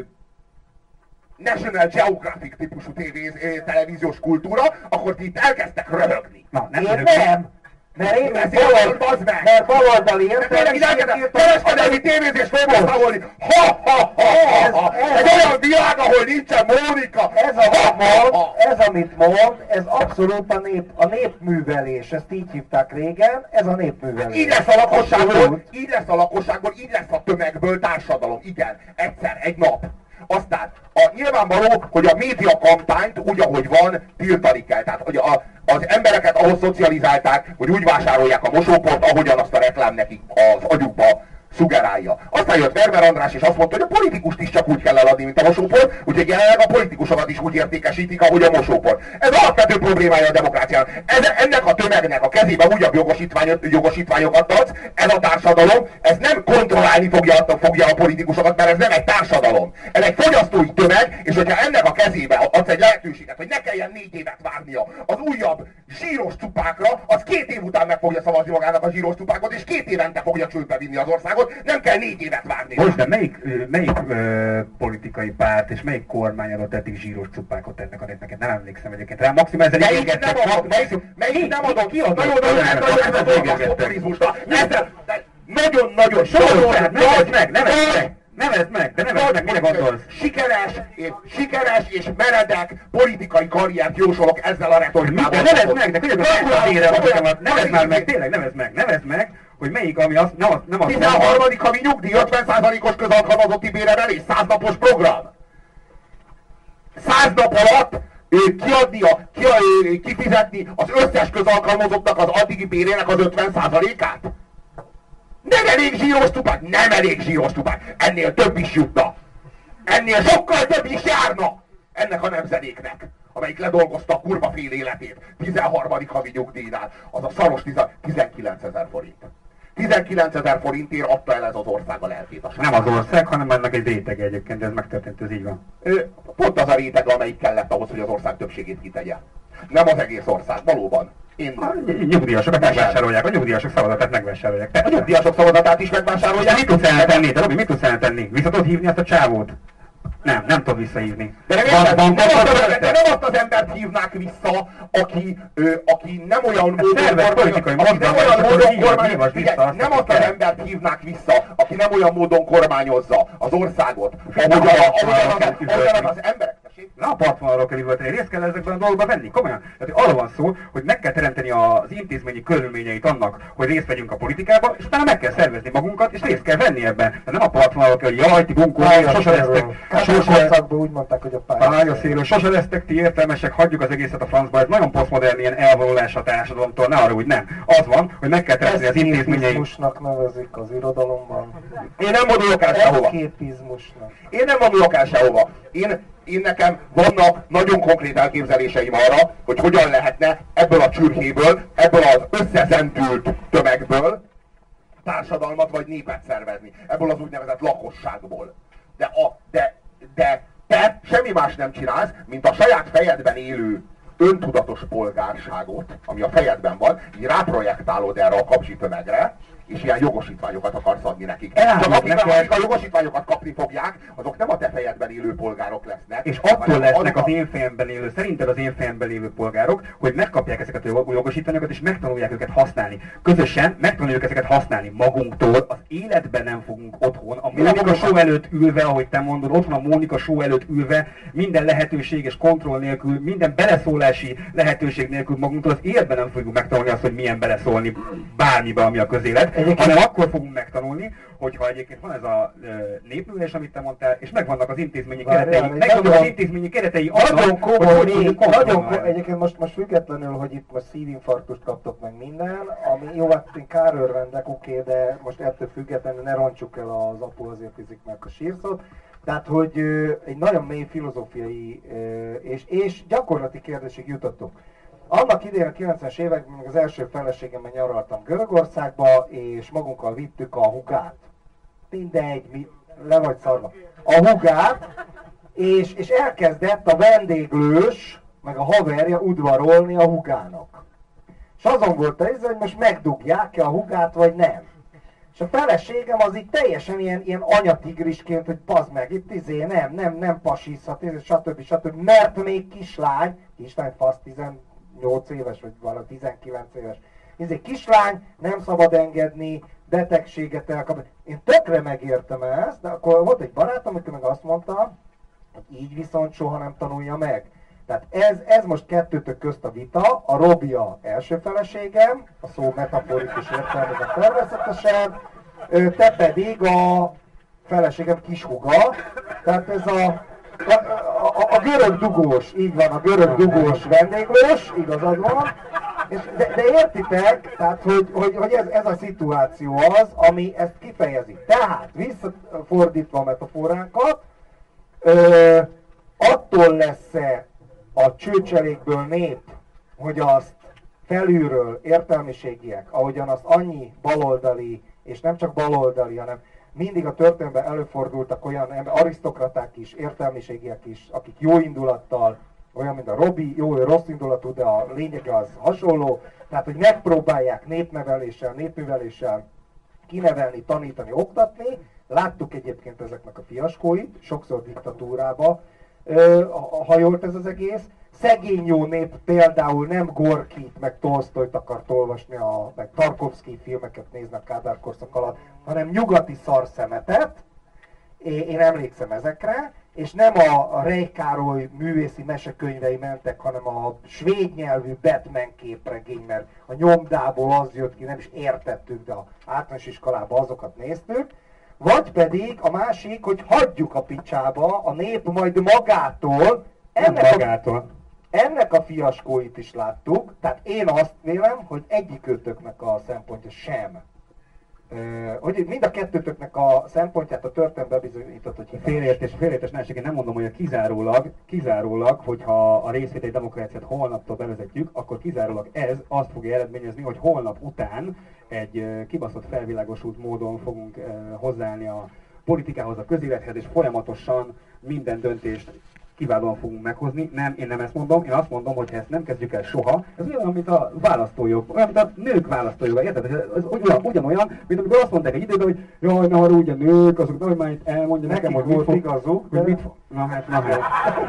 National Geographic típusú tévé, televíziós kultúra, akkor ti itt elkezdtek röhögni. Na, nem Én röhögni. nem! Mert én Ez balold, ilyen bazd meg! mert baloldali De tényleg így elkezdtek értelmiségét kereskedelmi tévézés fogja számolni. Ha, ha, ha, ha, ha. Egy olyan világ, ahol nincsen Mónika. Ez, amit mond, ez, amit mond, ez abszolút a, nép, a népművelés. Ezt így hívták régen, ez a népművelés. Így lesz a lakosságból, Abszolút. így lesz a lakosságból, így lesz a tömegből társadalom. Igen, egyszer, egy nap. Aztán a, nyilvánvaló, hogy a média kampányt úgy, ahogy van, tiltani kell. Tehát hogy a, az embereket ahhoz szocializálták, hogy úgy vásárolják a mosóport, ahogyan azt a reklám nekik az agyukba szugerálja. Aztán jött Vermer András és azt mondta, hogy a politikust is csak úgy kell eladni, mint a mosópor, úgyhogy jelenleg a politikusokat is úgy értékesítik, ahogy a mosópor. Ez alapvető problémája a demokráciának. Ez, ennek a tömegnek a kezébe újabb jogosítványokat adsz, ez a társadalom, ez nem kontrollálni fogja, fogja a politikusokat, mert ez nem egy társadalom. Ez egy fogyasztói tömeg, és hogyha ennek a kezébe adsz egy lehetőséget, hogy ne kelljen négy évet várnia az újabb zsíros cupákra, az két év után meg fogja szavazni magának a zsíros cupákot, és két évente fogja csődbe vinni az országot. Nem kell négy évet várni. Most, de melyik, melyik ö, politikai párt és melyik kormány adott eddig zsíros cupákot ennek a népnek? Nem emlékszem egyébként rá. Maximum ezzel Melyik ígérgettek. nem adott? Melyik, melyik nem adott? Ki adott? Nagyon, nagyon, Nem, nagyon, nem, ez az nem, orvos nem, populizmusra. Ezzel, nagyon, nagyon, Soros, hát nevezd meg, nevezd nagy- meg! Nevezd meg, de nevezd meg, mire gondolsz? Sikeres, és, sikeres és meredek politikai karriert jósolok ezzel a retorikával. De nevezd meg, de könyörgöm, nevezd már meg, tényleg nevezd meg, nevezd meg, hogy melyik, ami azt, nem az, nem az, tizenharmadik havi nyugdíj, ötven százalékos közalkalmazotti béremelés, száz napos program. száz nap alatt ö, kiadni, a, ki, ö, kifizetni az összes közalkalmazottnak az addigi bérének az ötven százalékát? Nem elég zsíros tupák? Nem elég zsíros tupák. Ennél több is jutna. Ennél sokkal több is járna ennek a nemzedéknek, amelyik ledolgozta a kurva fél életét tizenharmadik havi nyugdíjnál. Az a szaros tizenkilencezer forint. tizenkilencezer forintért adta el ez az ország a lelkét. A nem az ország, hanem ennek egy rétege egyébként, de ez megtörtént, ez így van. Ö, Pont az a réteg, amelyik kellett ahhoz, hogy az ország többségét kitegye. Nem az egész ország, valóban. Én A nyugdíjasok megvásárolják, a nyugdíjasok szavazatát megvásárolják. a nyugdíjasok szavazatát is De megvásárolják. mit tudsz ellen tenni? De Robi, mit tudsz ellen tenni? Vissza tudod hívni azt a csávót? Nem, nem tudod visszahívni. De nem, Van- érted, van nem, azt, kontroll- de nem azt az embert hívnák vissza, aki, ö, aki nem olyan módon szerves kormányoz, politikai aki nem mozgalom, olyan és akkor módon hívod, kormányoz, hívod vissza figyelj, azt, nem akit azt az kell. embert hívnák vissza, aki nem olyan módon kormányozza az országot, nem ahogyan, akarsz ahogyan, valakiket ahogyan, ahogyan üvölteni. az emberek. Nem a partvonalról kell ültetni, részt kell ezekben a dolgokban venni, komolyan. Tehát arról van szó, hogy meg kell teremteni az intézményi körülményeit annak, hogy részt vegyünk a politikába, és utána meg kell szervezni magunkat, és részt kell venni ebben. Tehát nem a partvonalról kell, hogy jaj, ti bunkó, sose lesztek, sose úgy mondták, hogy a pályaszélről, sose lesztek ti értelmesek, hagyjuk az egészet a francba, ez nagyon posztmodern ilyen elvonulás a társadalomtól, ne arra, hogy nem. Az van, hogy meg kell teremteni az intézményeit. Nevezik az irodalomban. Én nem vonulok el sehova. Én nem vonulok el sehova. Én, én nekem vannak nagyon konkrét elképzeléseim arra, hogy hogyan lehetne ebből a csürhéből, ebből az összezentült tömegből társadalmat vagy népet szervezni. Ebből az úgynevezett lakosságból. De, a, de, de te semmi más nem csinálsz, mint a saját fejedben élő öntudatos polgárságot, ami a fejedben van, így ráprojektálod erre a kapzsi tömegre, és ilyen jogosítványokat akarsz adni nekik. Csak akik neked... a jogosítványokat kapni fogják, azok nem a te fejedben élő polgárok lesznek. És attól lesznek az én fejemben élő, szerinted az én fejemben élő polgárok, hogy megkapják ezeket a jogosítványokat, és megtanulják őket használni. Közösen megtanuljuk ezeket használni magunktól, az életben nem fogunk otthon, a Mónika show előtt ülve, ahogy te mondod, otthon a Mónika show előtt ülve, minden lehetőség és kontroll nélkül, minden beleszólási lehetőség nélkül magunktól, az életben nem fogjuk megtanulni azt, hogy milyen beleszólni bármibe, ami a közélet. Egyébként hanem akkor fogunk megtanulni, hogyha egyébként van ez a e, népművelés, amit te mondtál, és megvannak az intézményi keretei, megvannak az intézményi keretei nagyon komoly, nagyon komoly, egyébként most, most függetlenül, hogy itt most szívinfarktust kaptok meg minden, ami jó, hát én kárőrvendek, oké, okay, de most ettől függetlenül ne roncsuk el az apu azért fizik meg a sírszót. Tehát, hogy ö, egy nagyon mély filozófiai ö, és, és gyakorlati kérdésig jutottunk. Annak idején a kilencvenes években még az első feleségemmel nyaraltam Görögországba, és magunkkal vittük a hugát. Mindegy, mi, le vagy szarva. A hugát, és, és elkezdett a vendéglős, meg a haverja udvarolni a hugának. És azon volt az, hogy most megdugják-e a hugát, vagy nem. És a feleségem az így teljesen ilyen, ilyen anyatigrisként, hogy pazd meg, itt izé, nem, nem, nem pasízhat, stb. stb. Mert még kislány, kislány fasz tizennyolc éves, vagy valami tizenkilenc éves, izé kislány, nem szabad engedni, betegséget elkapni. Én tökre megértem ezt, de akkor volt egy barátom, aki meg azt mondta, hogy így viszont soha nem tanulja meg. Tehát ez, ez most kettőtök közt a vita, a Robi a első feleségem, a szó metaforikus értelmezett természetesen, te pedig a feleségem kishuga, tehát ez a, a, a, a görög dugós, így van, a görög dugós vendéglős, igazad van, és de, de értitek, tehát hogy, hogy, hogy ez, ez a szituáció az, ami ezt kifejezi. Tehát visszafordítva a metaforánkat, ö, attól lesz-e a csőcselékből nép, hogy azt felülről értelmiségiek, ahogyan azt annyi baloldali, és nem csak baloldali, hanem mindig a történelemben előfordultak olyan arisztokraták is, értelmiségiek is, akik jó indulattal, olyan, mint a Robi, jó, ő rossz indulatú, de a lényege az hasonló, tehát, hogy megpróbálják népneveléssel, népműveléssel kinevelni, tanítani, oktatni. Láttuk egyébként ezeknek a fiaskóit, sokszor diktatúrába hajolt ez az egész. Szegény jó nép például nem Gorkit, meg Tolsztojt akart olvasni, a, meg Tarkovszky filmeket néznek Kádár korszak alatt, hanem nyugati szarszemetet, én emlékszem ezekre, és nem a Rej Károly művészi mesekönyvei mentek, hanem a svéd nyelvű Batman képregény, mert a nyomdából az jött ki, nem is értettük, de a általános iskolában azokat néztük. Vagy pedig a másik, hogy hagyjuk a picsába, a nép majd magától, ennek magától. A, ennek a fiaskóit is láttuk, tehát én azt vélem, hogy egyikőtöknek a szempontja sem. Uh, hogy mind a kettőtöknek a szempontját a történet bebizonyított, hogy félértés, félértés, nem, én nem mondom, hogy a kizárólag, kizárólag, hogyha a részvételi demokráciát holnaptól bevezetjük, akkor kizárólag ez azt fogja eredményezni, hogy holnap után egy uh, kibaszott felvilágosult módon fogunk uh, hozzáállni a politikához, a közélethez, és folyamatosan minden döntést kiválóan fogunk meghozni. Nem, én nem ezt mondom, én azt mondom, hogy ha ezt nem kezdjük el soha, ez olyan, mint a választójog, olyan, mint a nők választójoga, érted? Ez ugyan, ugyanolyan, mint amikor azt mondták egy időben, hogy jaj, ne haragudj, a nők, azok nem, hogy már itt elmondja nekem, hogy mit fog, igazuk, hogy mit fog, na hát, na hát,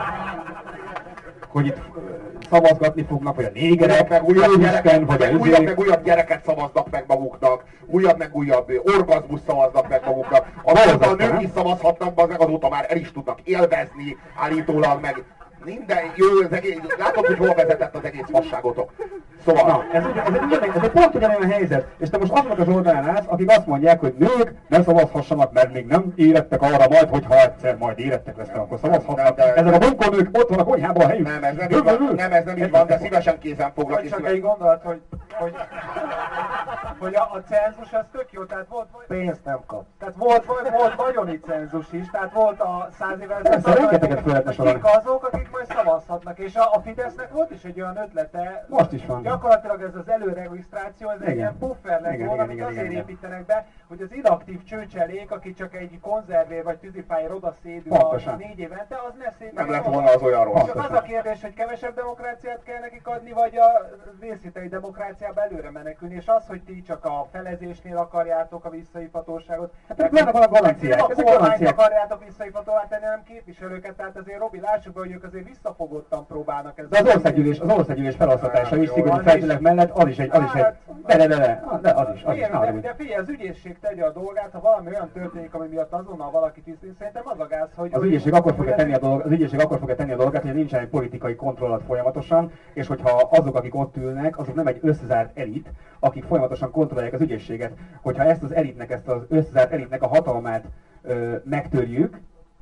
hogy itt szavazgatni fognak, vagy a négerek, meg újabb, gyereket, vagy meg újabb, meg újabb gyereket szavaznak meg maguknak, újabb meg újabb orgazmus szavaznak meg maguknak. Azóta a nők is szavazhatnak, meg azóta már el is tudnak élvezni, állítólag meg Minden, jó, az egész, látod, hogy hol vezetett az egész fasságotok. Szóval... Na, ez, egy, ez, egy, ez egy pont ugyanolyan helyzet. És te most azoknak az oldalán állsz, akik azt mondják, hogy nők ne szavazhassanak, mert még nem érettek arra majd, hogyha egyszer majd érettek lesznek, akkor szavazhatnak. Ezek a bunkonők ott van a konyhában a helyük. Nem, ez nem így van, nem, ez nem így van, de szívesen kézen foglak. Csak szívesen... egy gondolat, hogy, hogy, hogy a, a cenzus az tök jó, tehát volt... Pénzt nem kap. Tehát volt, volt, volt vagyoni cenzus is, tehát volt a száz éves... Persze, rengeteget fel lehetne sorolni. Kik azok, akik majd szavazhatnak, és a, a Fidesznek volt is egy olyan ötlete... Most is van. Gyakorlatilag ez az előregisztráció, ez egy ilyen puffer lett volna, amit azért igen, építenek be, hogy az inaktív csőcselék, aki csak egy konzervér vagy tűzifájér oda szédül a négy évente, az ne szédül. Nem lett volna az olyan rossz. Csak az a kérdés, hogy kevesebb demokráciát kell nekik adni, vagy a részvételi demokráciába előre menekülni, és az, hogy ti csak a felezésnél akarjátok a visszaifatóságot. Hát vannak a garanciák, ezek a garanciák. akarjátok visszaifatóvá tenni, nem képviselőket, tehát azért Robi, lássuk be, hogy ők azért visszafogottan próbálnak ezzel. De az országgyűlés, az országgyűlés felhasználása is szigorú feltételek mellett az is egy, az is egy, de, de, de, de, de az is, az is, de, de figyelj, az ügyészség tegye a dolgát, ha valami olyan történik, ami miatt azonnal valaki tisztít, szerintem az a gáz, hogy... Az ügyészség akkor fogja tenni a dolgát, az ügyészség akkor fogja tenni a dolgát, hogy nincsen egy politikai kontrollat folyamatosan, és hogyha azok, akik ott ülnek, azok nem egy összezárt elit, akik folyamatosan kontrollálják az ügyészséget, hogyha ezt az elitnek, ezt az összezárt elitnek a hatalmát ö, megtörjük,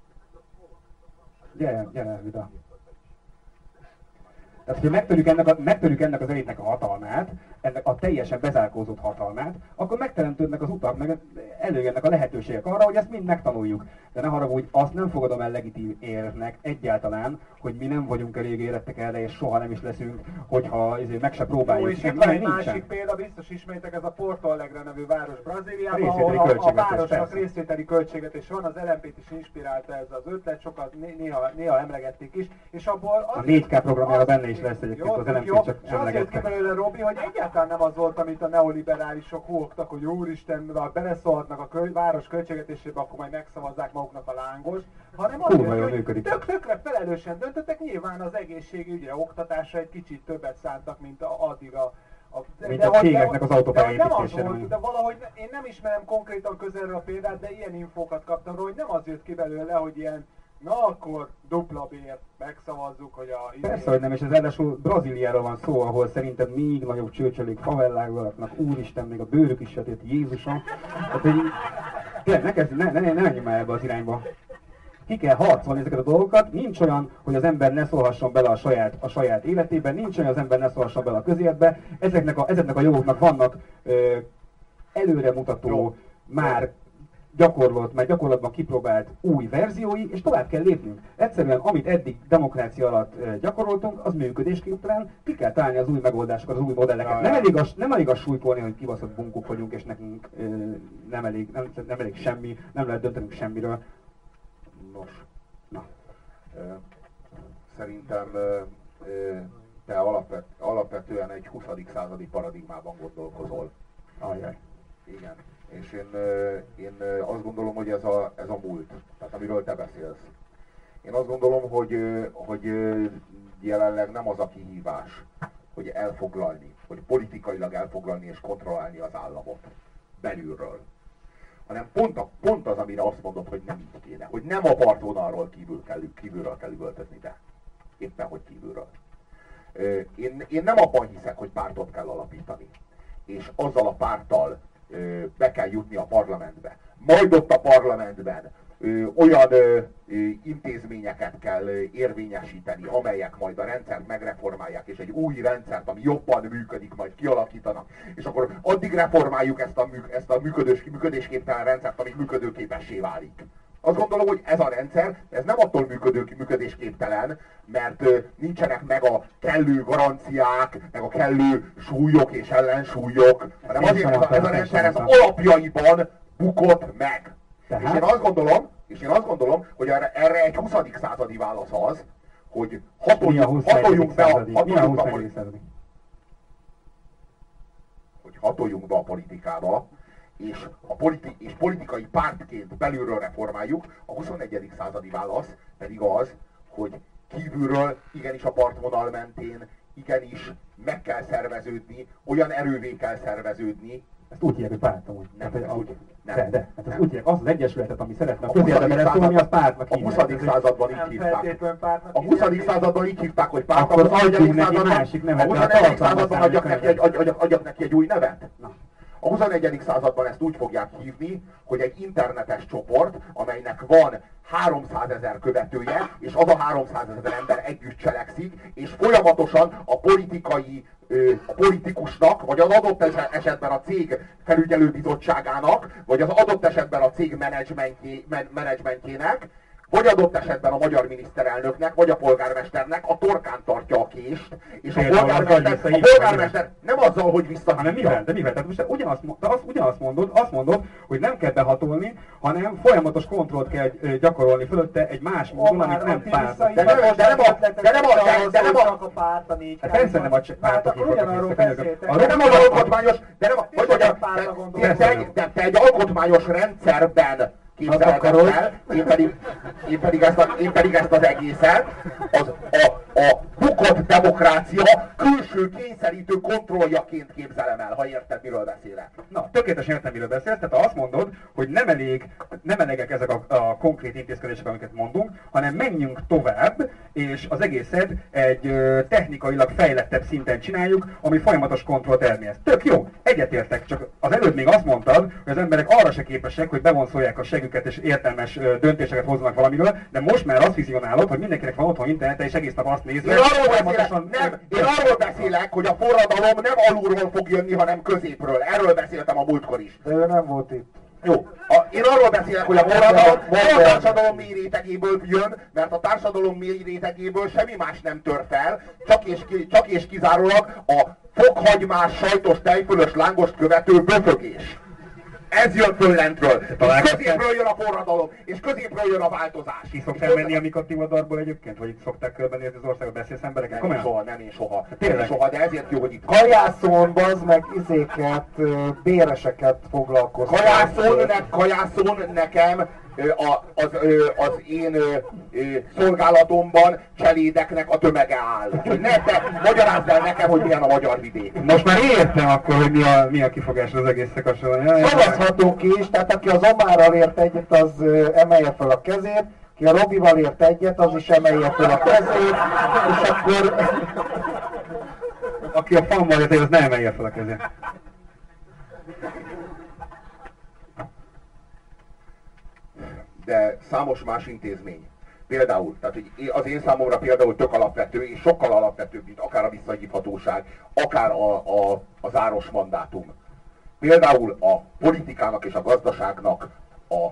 gyere, gyere, Vida. Tehát, hogyha megtörjük ennek, a, megtörjük ennek az elitnek a hatalmát, ennek a teljesen bezárkózott hatalmát, akkor megteremtődnek az utak, meg előjönnek a lehetőségek arra, hogy ezt mind megtanuljuk. De ne haragudj, azt nem fogadom el legitim érvnek egyáltalán, hogy mi nem vagyunk elég érettek erre, és soha nem is leszünk, hogyha ezért meg se próbáljuk. Jó, és itt van egy másik példa, biztos ismétek, ez a Porto Alegre nevű város Brazíliában, ahol a, a városnak részvételi költségvetés van, az el em pét is inspirálta ez az ötlet, sokat néha, néha emlegették is, és abból... A négy ká programjára benne is lesz egyébként, az el em pét csak emlegette. És belőle, Robi, hogy egyáltalán nem az volt, amit a neoliberálisok hógtak, hogy úristen, ha beleszólhatnak a köl, város költségvetésébe, akkor majd megszavazzák maguknak a lángost, hanem az, hogy tök, tökre felelősen döntöttek, nyilván az egészségügyre, oktatásra egy kicsit többet szántak, mint a, addig a... a mint de a cégeknek az autópályaépítésére. De valahogy én nem ismerem konkrétan közelről a példát, de ilyen infókat kaptam róla, hogy nem az jött ki belőle, hogy ilyen na akkor dupla bért megszavazzuk, hogy a... Persze, hogy nem, és ez ráadásul Brazíliáról van szó, ahol szerintem még nagyobb csőcselék favellákban laknak, úristen, még a bőrük is sötét, Jézusom. Tehát, hogy tényleg, ne, kezd, ne, ne, ne menjünk már ebbe az irányba. Ki kell harcolni ezeket a dolgokat, nincs olyan, hogy az ember ne szólhasson bele a saját, a saját életében, nincs olyan, hogy az ember ne szólhasson bele a közéletbe. Ezeknek a, ezeknek a jogoknak vannak ö, előremutató, Jó. már gyakorlott, már gyakorlatban kipróbált új verziói, és tovább kell lépnünk. Egyszerűen, amit eddig demokrácia alatt gyakoroltunk, az működésképtelen, ki kell találni az új megoldásokat, az új modelleket. Nem elég, az, nem elég az súlykolni, hogy kibaszott bunkók vagyunk, és nekünk ö, nem, elég, nem, nem elég semmi, nem lehet döntenünk semmiről. Nos, na, ö, szerintem ö, ö, te alapvet, alapvetően egy huszadik századi paradigmában gondolkozol. Ajjaj. Igen. És én, én azt gondolom, hogy ez a, ez a múlt, tehát amiről te beszélsz. Én azt gondolom, hogy, hogy jelenleg nem az a kihívás, hogy elfoglalni, hogy politikailag elfoglalni és kontrollálni az államot belülről. Hanem pont, a, pont az, amire azt mondod, hogy nem így kéne. Hogy nem a partvonalról kívül kell, kívülről kell üvöltözni, de éppen hogy kívülről. Én, én nem abban hiszek, hogy pártot kell alapítani. És azzal a párttal be kell jutni a parlamentbe. Majd ott a parlamentben ö, olyan ö, ö, intézményeket kell érvényesíteni, amelyek majd a rendszert megreformálják, és egy új rendszert, ami jobban működik, majd kialakítanak. És akkor addig reformáljuk ezt a, műk, ezt a működős, működésképtelen rendszert, amíg működőképessé válik. Azt gondolom, hogy ez a rendszer, ez nem attól működő, működésképtelen, mert ö, nincsenek meg a kellő garanciák, meg a kellő súlyok és ellensúlyok, hanem azért ez a, ez a rendszer ez alapjaiban bukott meg. Tehát? És én azt gondolom, és én azt gondolom, hogy erre, erre egy huszadik századi válasz az, hogy hatoljunk, hatoljunk be a, hatoljunk a, hogy hatoljunk be a politikába, és, a politi- és politikai pártként belülről reformáljuk, a huszonegyedik századi válasz pedig az, hogy kívülről igenis a partvonal mentén, igenis meg kell szerveződni, olyan erővé kell szerveződni, Ezt úgy hívják, hogy párt amúgy. Nem, Tehát, ez a, úgy, nem, de, de, hát ezt nem. úgy hívják, azt az egyesületet, ami szeretne a A huszadik közérdemre szólni, az pártnak A hívják. huszadik században így Nem hívták. feltétlenül pártnak A huszadik században így hívták, hogy párt. Akkor A huszonegyedik adjunk neki században- másik a nevet, de a huszonegyedik tartalma században számít adjak neki, egy, könyvet. adj- adjak, adjak neki egy új nevet. Na. A huszonegyedik században ezt úgy fogják hívni, hogy egy internetes csoport, amelynek van háromszázezer követője, és az a háromszázezer ember együtt cselekszik, és folyamatosan a politikai, ö, a politikusnak, vagy az adott es- esetben a cég felügyelőbizottságának, vagy az adott esetben a cég menedzsmentjé- men- menedzsmentjének, vagy adott esetben a magyar miniszterelnöknek, vagy a polgármesternek a torkán tartja a kést, és a Például polgármester, azzal a visszahívja, polgármester nem azzal, hogy visszahívja. Hanem mivel? De mivel? Tehát most ugyanazt, mo- de azt, ugyanazt mondod, azt mondod, hogy nem kell behatolni, hanem folyamatos kontrollt kell ö, gyakorolni fölötte egy más módon, amit nem párt. De nem- de nem a- de nem a- de nem a- csak a párt a négy Hát persze nem a cse- Hát pártok akkor hívnak ugyanarról vissza könyveket. beszéltek. A De nem az alkotmányos, de nem a, hogy mondjam, te, te, te, te, te egy alkotmányos rendszerben képzeled akarod? el, én pedig, én, pedig ezt a, én pedig ezt az egészet, az a, a bukott demokrácia külső kényszerítő kontrolljaként képzelem el, ha érted, miről beszélek. Na, tökéletesen értem, miről beszélsz, tehát azt mondod, hogy nem elég, nem elegek ezek a, a konkrét intézkedések, amiket mondunk, hanem menjünk tovább, és az egészet egy ö, technikailag fejlettebb szinten csináljuk, ami folyamatos kontrollt eredményez. Tök jó, egyetértek, csak az előbb még azt mondtad, hogy az emberek arra se képesek, hogy bevonszolják a següket és értelmes ö, döntéseket hoznak valamiről, de most már azt vizionálod, hogy mindenkinek van otthon internete, és egész nap azt nézve, Én arról beszélek, folyamatosan- nem, én arról beszélek, hogy a forradalom nem alulról fog jönni, hanem középről. Erről beszéltem a múltkor is. De ő nem volt itt. Jó, a, én arról beszélek, hogy a forradalom Mondja, nem a mondja. társadalom mély rétegéből jön, mert a társadalom mély rétegéből semmi más nem tör fel, csak és, ki, csak és kizárólag a fokhagymás, sajtos, tejfölös lángost követő böfögés. Ez jön föl lentről. És találkoztál? középről jön a forradalom, és középről jön a változás. Ki szoktál menni a Mikotivadarból egyébként? Vagy itt szokták körbenézni az országot, beszélsz emberekkel? Nem én Komolyan? soha, nem én soha. Nem én Tényleg? soha, de ezért jó, hogy itt Kajászón, bazd meg, izéket, ö, béreseket foglalkoztat. Kajászon, ne, kajászon nekem ö, a, az, ö, az én ö, ö, szolgálatomban cselédeknek a tömege áll. Úgyhogy ne, te magyarázd el nekem, hogy milyen a magyar vidék. Most már értem akkor, hogy mi a, mi a kifogás az egészre kapcsolatban. Szavazható ki is, tehát aki az Omárral ért egyet, az ö, emelje fel a kezét, ki a Robival ért egyet, az is emelje fel a kezét, és akkor... Aki a fammal jött, az ne emelje fel a kezét. De számos más intézmény. Például, tehát hogy az én számomra például tök alapvető, és sokkal alapvetőbb, mint akár a visszahívhatóság, akár a, a, a záros mandátum. Például a politikának és a gazdaságnak a,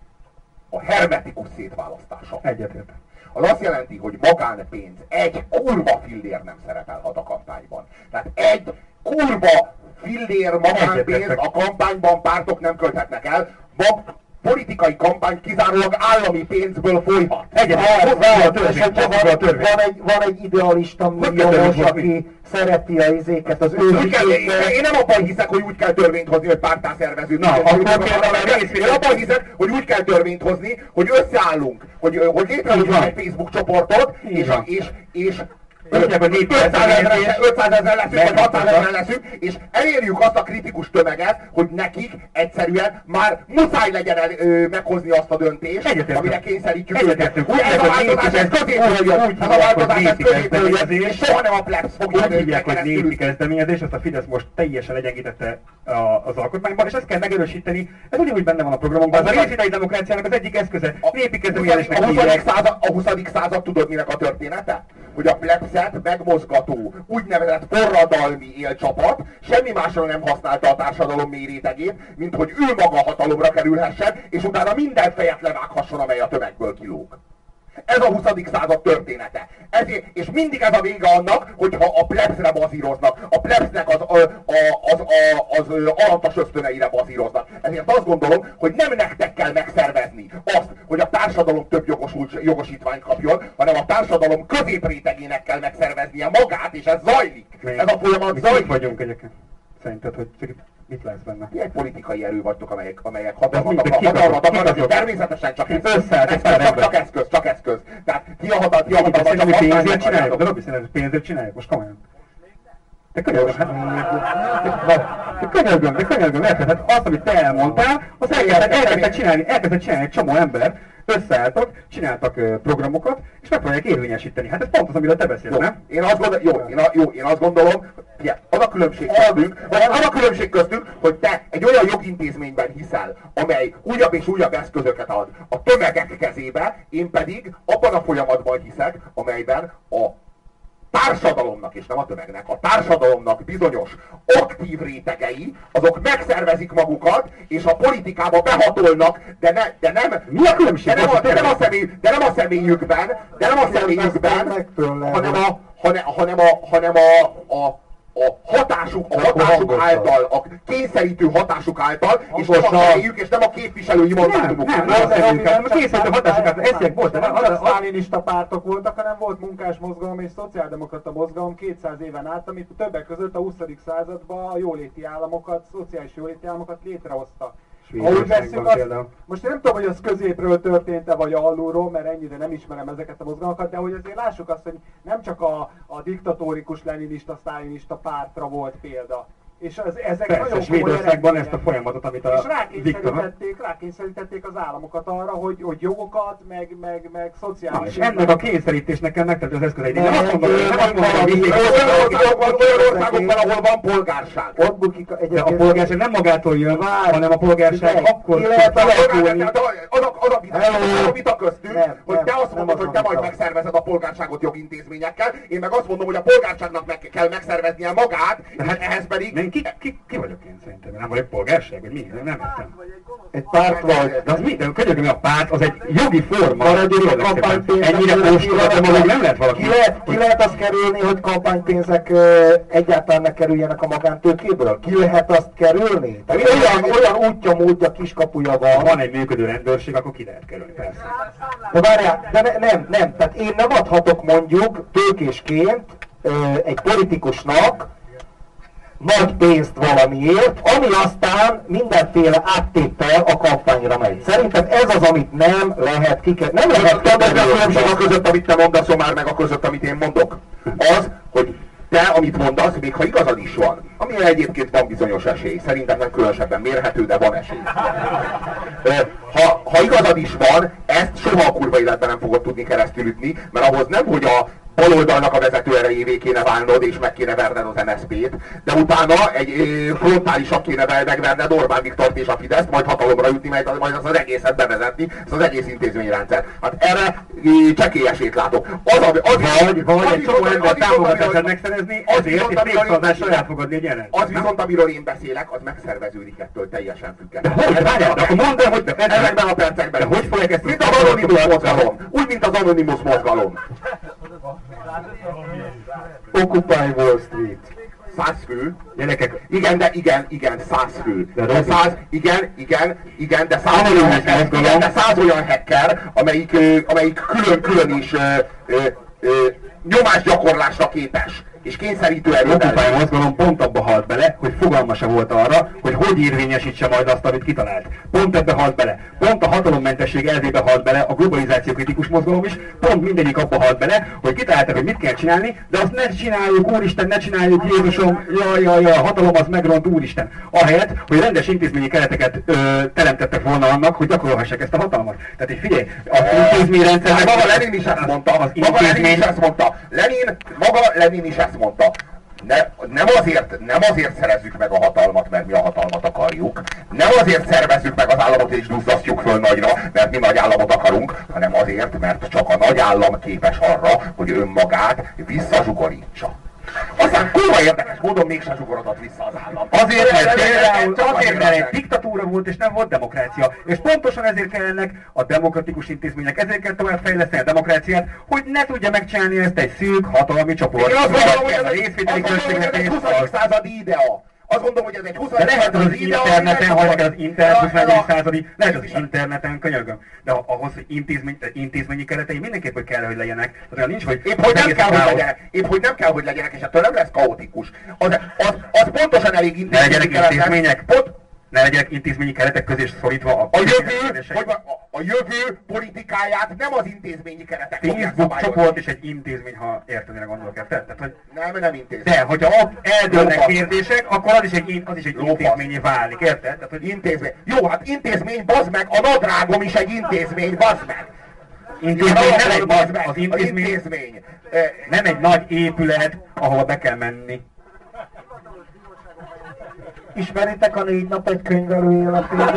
a hermetikus szétválasztása. Egyetért. Az azt jelenti, hogy magánpénz egy kurva fillér nem szerepelhet a kampányban. Tehát egy kurva fillér magánpénz Egyetértek. a kampányban pártok nem költhetnek el. Mag politikai kampány kizárólag állami pénzből folyhat. Egyetért. Várj, törvény, és hogyha hozzá a van, törvény. van, egy, van egy idealista kell milliómos, törvényt hozni? aki szereti a izéket, az ő Úgy kell, én, én nem abban hiszek, hogy úgy kell törvényt hozni, hogy pártá szervezünk. Na, akkor például én abban hiszek, hogy úgy kell törvényt hozni, hogy összeállunk, hogy, hogy Így létrehozunk van. egy Facebook csoportot, Így és, van. és, és Összebb a népszervezés. ötszázezer leszünk, vagy Megmondtam. hatszázezer leszünk, és elérjük azt a kritikus tömeget, hogy nekik egyszerűen már muszáj legyen el, ö, meghozni azt a döntést, Egyetértünk. amire kényszerítjük Egyetértünk. őket. Úgy Ez a hívják, hogy változás, ez népi középről kezd- jön, úgy ez a hívják, hogy változás, ez népi középről jön, kezdeményezés. és soha nem a plebs fogja Úgy hívják, hogy keresztül népi kezdeményezés, ezt a Fidesz most teljesen legyengítette a, az alkotmányban, és ezt kell megerősíteni. Ez ugyanúgy benne van a programunkban. Ez a részvételi demokráciának az egyik eszköze. Népi kezdeményezésnek A huszadik hívják. század, a huszadik század tudod minek a története? Hogy a plebszet megmozgató, úgynevezett forradalmi élcsapat semmi másra nem használta a társadalom mély rétegét, mint hogy ő maga hatalomra kerülhessen, és utána minden fejet levághasson, amely a tömegből kilóg. Ez a huszadik század története. Ezért, és mindig ez a vége annak, hogyha a plebszre bazíroznak, a plebsznek az, a, a, az, a, az, az alantas ösztöneire bazíroznak. Ezért azt gondolom, hogy nem nektek kell megszervezni azt, hogy a társadalom több jogosult, jogosítványt kapjon, hanem a társadalom középrétegének kell megszerveznie magát, és ez zajlik. Ez a folyamat Mi zajlik. kik vagyunk egyébként? Szerinted, hogy mit lesz benne? Ti egy politikai erő vagytok, amelyek, amelyek mind, hatalmat, de kik hatalmat azok? akarnak, Kik és azok? természetesen csak eszköz. Összeállt egy Eszköz, pár csak, ember. csak eszköz, csak eszköz. Tehát ti a hatalmat, ti a hatalmat csak Szerintem mi használni pénzért csináljuk? De akarjátok. Robi, szerintem pénzért csináljuk, most komolyan. De könyörgöm, hát... De könyörgöm, de könyörgöm, érted? Hát azt, amit te elmondtál, azt elkezdett, elkezdett csinálni, elkezdett csinálni egy csomó ember, összeálltak, csináltak uh, programokat, és megpróbálják érvényesíteni. Hát ez pont az, amiről te beszélsz, nem? Én azt gondolom, jó, én, a, jó, én azt gondolom, ugye, az a különbség köztünk, az a különbség köztünk, hogy te egy olyan jogintézményben hiszel, amely újabb és újabb eszközöket ad a tömegek kezébe, én pedig abban a folyamatban hiszek, amelyben a társadalomnak, és nem a tömegnek, a társadalomnak bizonyos aktív rétegei, azok megszervezik magukat, és a politikába behatolnak, de, ne, de nem... Mi a különbség? De nem a, de nem a, személy, de nem a személyükben, de nem a személyükben, hanem a, hanem, hanem a, hanem a, a a hatásuk, a hatásuk által, a kényszerítő hatásuk által, és nem a személyük, és nem a képviselői mandátumuk. Nem, nem, nem, nem, a kényszerítő hatásuk által, ezek volt, nem csak sztálinista pártok voltak, hanem volt munkásmozgalom és szociáldemokrata mozgalom kétszáz éven át, amit többek között a huszadik században a jóléti államokat, szociális jóléti államokat létrehozta. Ahogy veszünk azt, most én nem tudom, hogy az középről történt-e, vagy alulról, mert ennyire nem ismerem ezeket a mozgalmakat, de hogy azért lássuk azt, hogy nem csak a, a diktatórikus, leninista, sztálinista pártra volt példa. És az, ezek persze, nagyon Svédországban ezt a folyamatot, amit a és rákényszerítették, rákényszerítették az államokat arra, hogy, hogy jogokat, meg, meg, meg szociális... Na, és ennek a kényszerítésnek kell megtenni az eszközeit. Nem azt mondom, hogy nem azt mondom, hogy olyan országokban, ahol van polgárság. Ott bukik de a polgárság nem magától jön, hanem a polgárság akkor... Az a vita köztünk, hogy te azt mondod, hogy te majd megszervezed a polgárságot jogintézményekkel, én meg azt mondom, hogy a polgárságnak meg kell megszerveznie magát, és ehhez pedig... Ki, ki, ki vagyok én szerintem? Nem vagyok polgárság? Vagy mi? Nem, nem értem. Egy párt vagy. De az mi? De könyörgöm, a párt az egy jogi forma. Maradjunk a kampánypénzek. Ennyire ostoba, de nem lehet valaki. Ki lehet, ki lehet azt kerülni, hogy kampánypénzek uh, egyáltalán ne kerüljenek a magántőkéből? Ki lehet azt kerülni? Tehát olyan, olyan útja, módja, kiskapuja van. Ha van egy működő rendőrség, akkor ki lehet kerülni, persze. De várjál, de ne, nem, nem. Tehát én nem adhatok mondjuk tőkésként uh, egy politikusnak nagy pénzt valamiért, ami aztán mindenféle áttéttel a kampányra megy. Szerintem ez az, amit nem lehet kikerülni. Nem lehet kikerülni. A különbség a között, amit te mondasz, már meg a között, amit én mondok. Az, hogy te, amit mondasz, még ha igazad is van, amire egyébként van bizonyos esély, szerintem nem különösebben mérhető, de van esély. Ha, ha igazad is van, ezt soha a kurva életben nem fogod tudni keresztül ütni, mert ahhoz nem, hogy a baloldalnak a vezető erejévé kéne válnod, és meg kéne verned az em es zé pét, de utána egy frontálisan kéne megverned Orbán Viktort és a Fideszt, majd hatalomra jutni, majd, majd az, az egészet bevezetni, az az egész intézményrendszer. Hát erre csekély esélyt látok. Az, az, az, vagy, vagy egy csomó ember támogatását megszerezni, ezért egy népszavazással elfogadni egy jelent. Az viszont, amiről én beszélek, az megszerveződik ettől teljesen függetlenül. De hogy? Várjál, akkor mondd el, hogy ezekben a percekben. De hogy fogják ezt? Mint az Anonymous mozgalom. Úgy, mint az Anonymous mozgalom. Occupy Wall Street. Száz fő. Gyerekek, igen, de igen, igen, száz fő. De, de száz, igen, igen, igen, de száz olyan hacker, igen, de száz olyan hacker, amelyik, amelyik külön-külön is ö, ö, ö, nyomásgyakorlásra képes. És kényszerítő erővel. Occupy mozgalom pont abba halt bele, hogy fogalma se volt arra, hogy hogy érvényesítse majd azt, amit kitalált. Pont ebbe halt bele. Pont a hatalommentesség elvébe halt bele a globalizáció kritikus mozgalom is, pont mindegyik abba halt bele, hogy kitaláltak, hogy mit kell csinálni, de azt ne csináljuk, úristen, ne csináljuk, Jézusom, jaj, jaj, jaj, a hatalom az megront, úristen. Ahelyett, hogy rendes intézményi kereteket ö, teremtettek volna annak, hogy gyakorolhassák ezt a hatalmat. Tehát, hogy figyelj, az intézményrendszer... Hát maga Lenin is ezt mondta, az maga Lenin is ezt mondta. Lenin, maga Lenin is ezt mondta. Ne, nem, azért, nem azért szerezzük meg a hatalmat, mert mi a hatalmat akarjuk. Nem azért szervezzük meg az államot és duzzasztjuk föl nagyra, mert mi nagy államot akarunk, hanem azért, mert csak a nagy állam képes arra, hogy önmagát visszazsugorítsa. Aztán kurva érdekes módon mégsem zsugorodott vissza az állam. Azért, mert például azért, mert egy diktatúra volt és nem volt demokrácia. És pontosan ezért kellene a demokratikus intézmények, ezért kell továbbfejleszteni a demokráciát, hogy ne tudja megcsinálni ezt egy szűk hatalmi csoport. Én azt gondolom, hogy ez egy részvételi költségvetés huszadik századi idea. Azt gondolom, hogy ez egy huszadik de lehet az, az interneten, ha az internet huszonegyedik századi, lehet az interneten, könyörgöm. De ahhoz, hogy intézmény, intézményi keretei mindenképp, hogy kell, hogy legyenek. Tehát olyan nincs, hogy... Épp hogy nem kell, hogy legyenek. Épp hogy nem kell, hogy legyenek, és ettől nem lesz kaotikus. Az, az, az pontosan elég intézményi intézmények. Pont, Ne legyenek intézményi keretek közé szorítva a... A jövő, hogy a, a jövő politikáját nem az intézményi keretek fogják Facebook szabályozni. csoport és egy intézmény, ha érted, mire gondolok, érted? Tehát, hogy Nem, nem intézmény. de, hogyha ott eldőlnek Lófasz. kérdések, akkor az is egy, in- az is egy Lófasz. intézményé válik, érted? Tehát, hogy Intézmény. Jó, hát intézmény, bazd meg, a nadrágom is egy intézmény, bazd meg. intézmény Ja, nem egy bazd nagy, meg, az intézmény Az intézmény. Eh, nem egy nagy épület, ahova be kell menni. Ismeritek a négy nap egy könyvelő életét?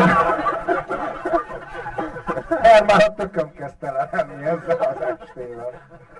Mert már a tököm kezdte le lenni ezzel az estével.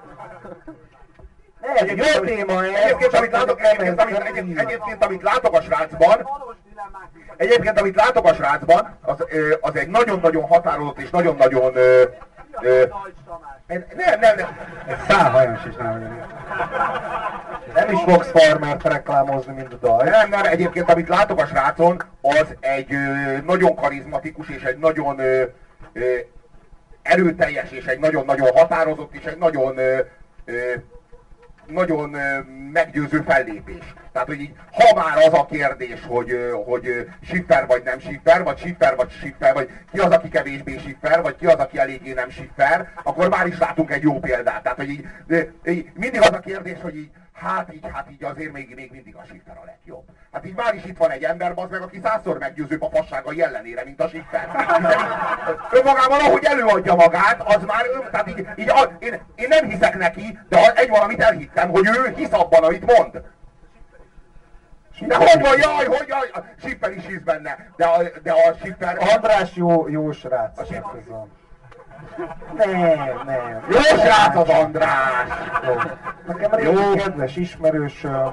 Egy jó téma ez. Egyébként, amit látok, egyébként, amit, egyébként, egyébként, amit látok a srácban, egyébként, amit látok a srácban, az, ö, az egy nagyon-nagyon határozott és nagyon-nagyon... ö, ö, Nem, nem, nem. Szálhajons is nem. Nem is fogsz farmert reklámozni, mint a daj. Nem, nem, egyébként amit látok a srácon, az egy ö, nagyon karizmatikus és egy nagyon ö, ö, erőteljes és egy nagyon-nagyon határozott és egy nagyon ö, ö, nagyon ö, meggyőző fellépés. Tehát, hogy így, ha már az a kérdés, hogy, ö, hogy ö, Schiffer vagy nem Schiffer, vagy Schiffer vagy Schiffer, vagy ki az, aki kevésbé Schiffer, vagy ki az, aki eléggé nem Schiffer, akkor már is látunk egy jó példát. Tehát, hogy így, ö, így mindig az a kérdés, hogy így, hát így, hát így azért még, még mindig a Schiffer a legjobb. Hát így már is itt van egy ember, bazd meg, aki százszor meggyőzőbb a fasságai ellenére, mint a Schiffer. Hiszen így, önmagában, ahogy előadja magát, az már ön, tehát így, így a, én, én nem hiszek neki, de egy valamit elhittem, hogy ő hisz abban, amit mond. De hogy van, jaj, hogy jaj, a Schiffer is hisz benne, de a, de a Schiffer... András jó, jó srác. A Schiffer. Nem, nem. Jó srác az András! Jó. Nekem régi kedves ismerősöm.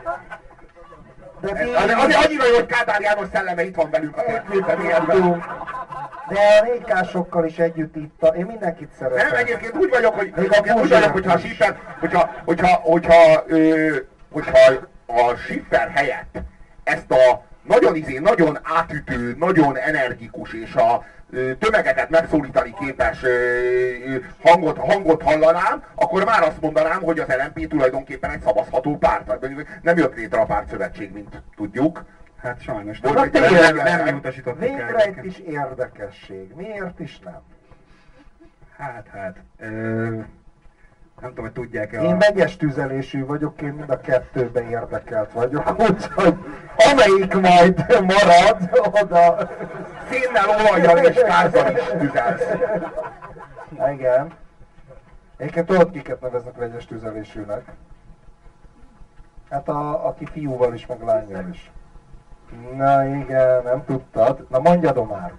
De mi... Az, az, annyira jó, hogy Kádár János szelleme itt van velünk a térképen élve. De a nékásokkal is együtt itt. Én mindenkit szeretem. Nem, egyébként úgy vagyok, hogy, Még a egyébként úgy vagyok, hogyha a Schiffer, hogyha, hogyha, hogyha, ö, hogyha a Schiffer helyett ezt a nagyon izé, nagyon átütő, nagyon energikus és a ö, tömegeket megszólítani képes ö, ö, hangot, hangot hallanám, akkor már azt mondanám, hogy az el em pé tulajdonképpen egy szavazható párt. Nem jött létre a pártszövetség, mint tudjuk. Hát sajnos. Most Nem, meg nem, tényleg nem, nem nem. utasítottuk el. Végre egy kis érdekesség. Miért is nem? Hát, hát. Ö, nem tudom, hogy tudják-e Én a... vegyes tüzelésű vagyok, én mind a kettőben érdekelt vagyok, úgyhogy amelyik majd marad, oda... Szénnel, olajjal és gázzal is tüzelsz. Igen. Egyébként tudod, kiket neveznek vegyes tüzelésűnek? Hát a, aki fiúval is, meg lányjal is. Na igen, nem tudtad. Na mondjad már.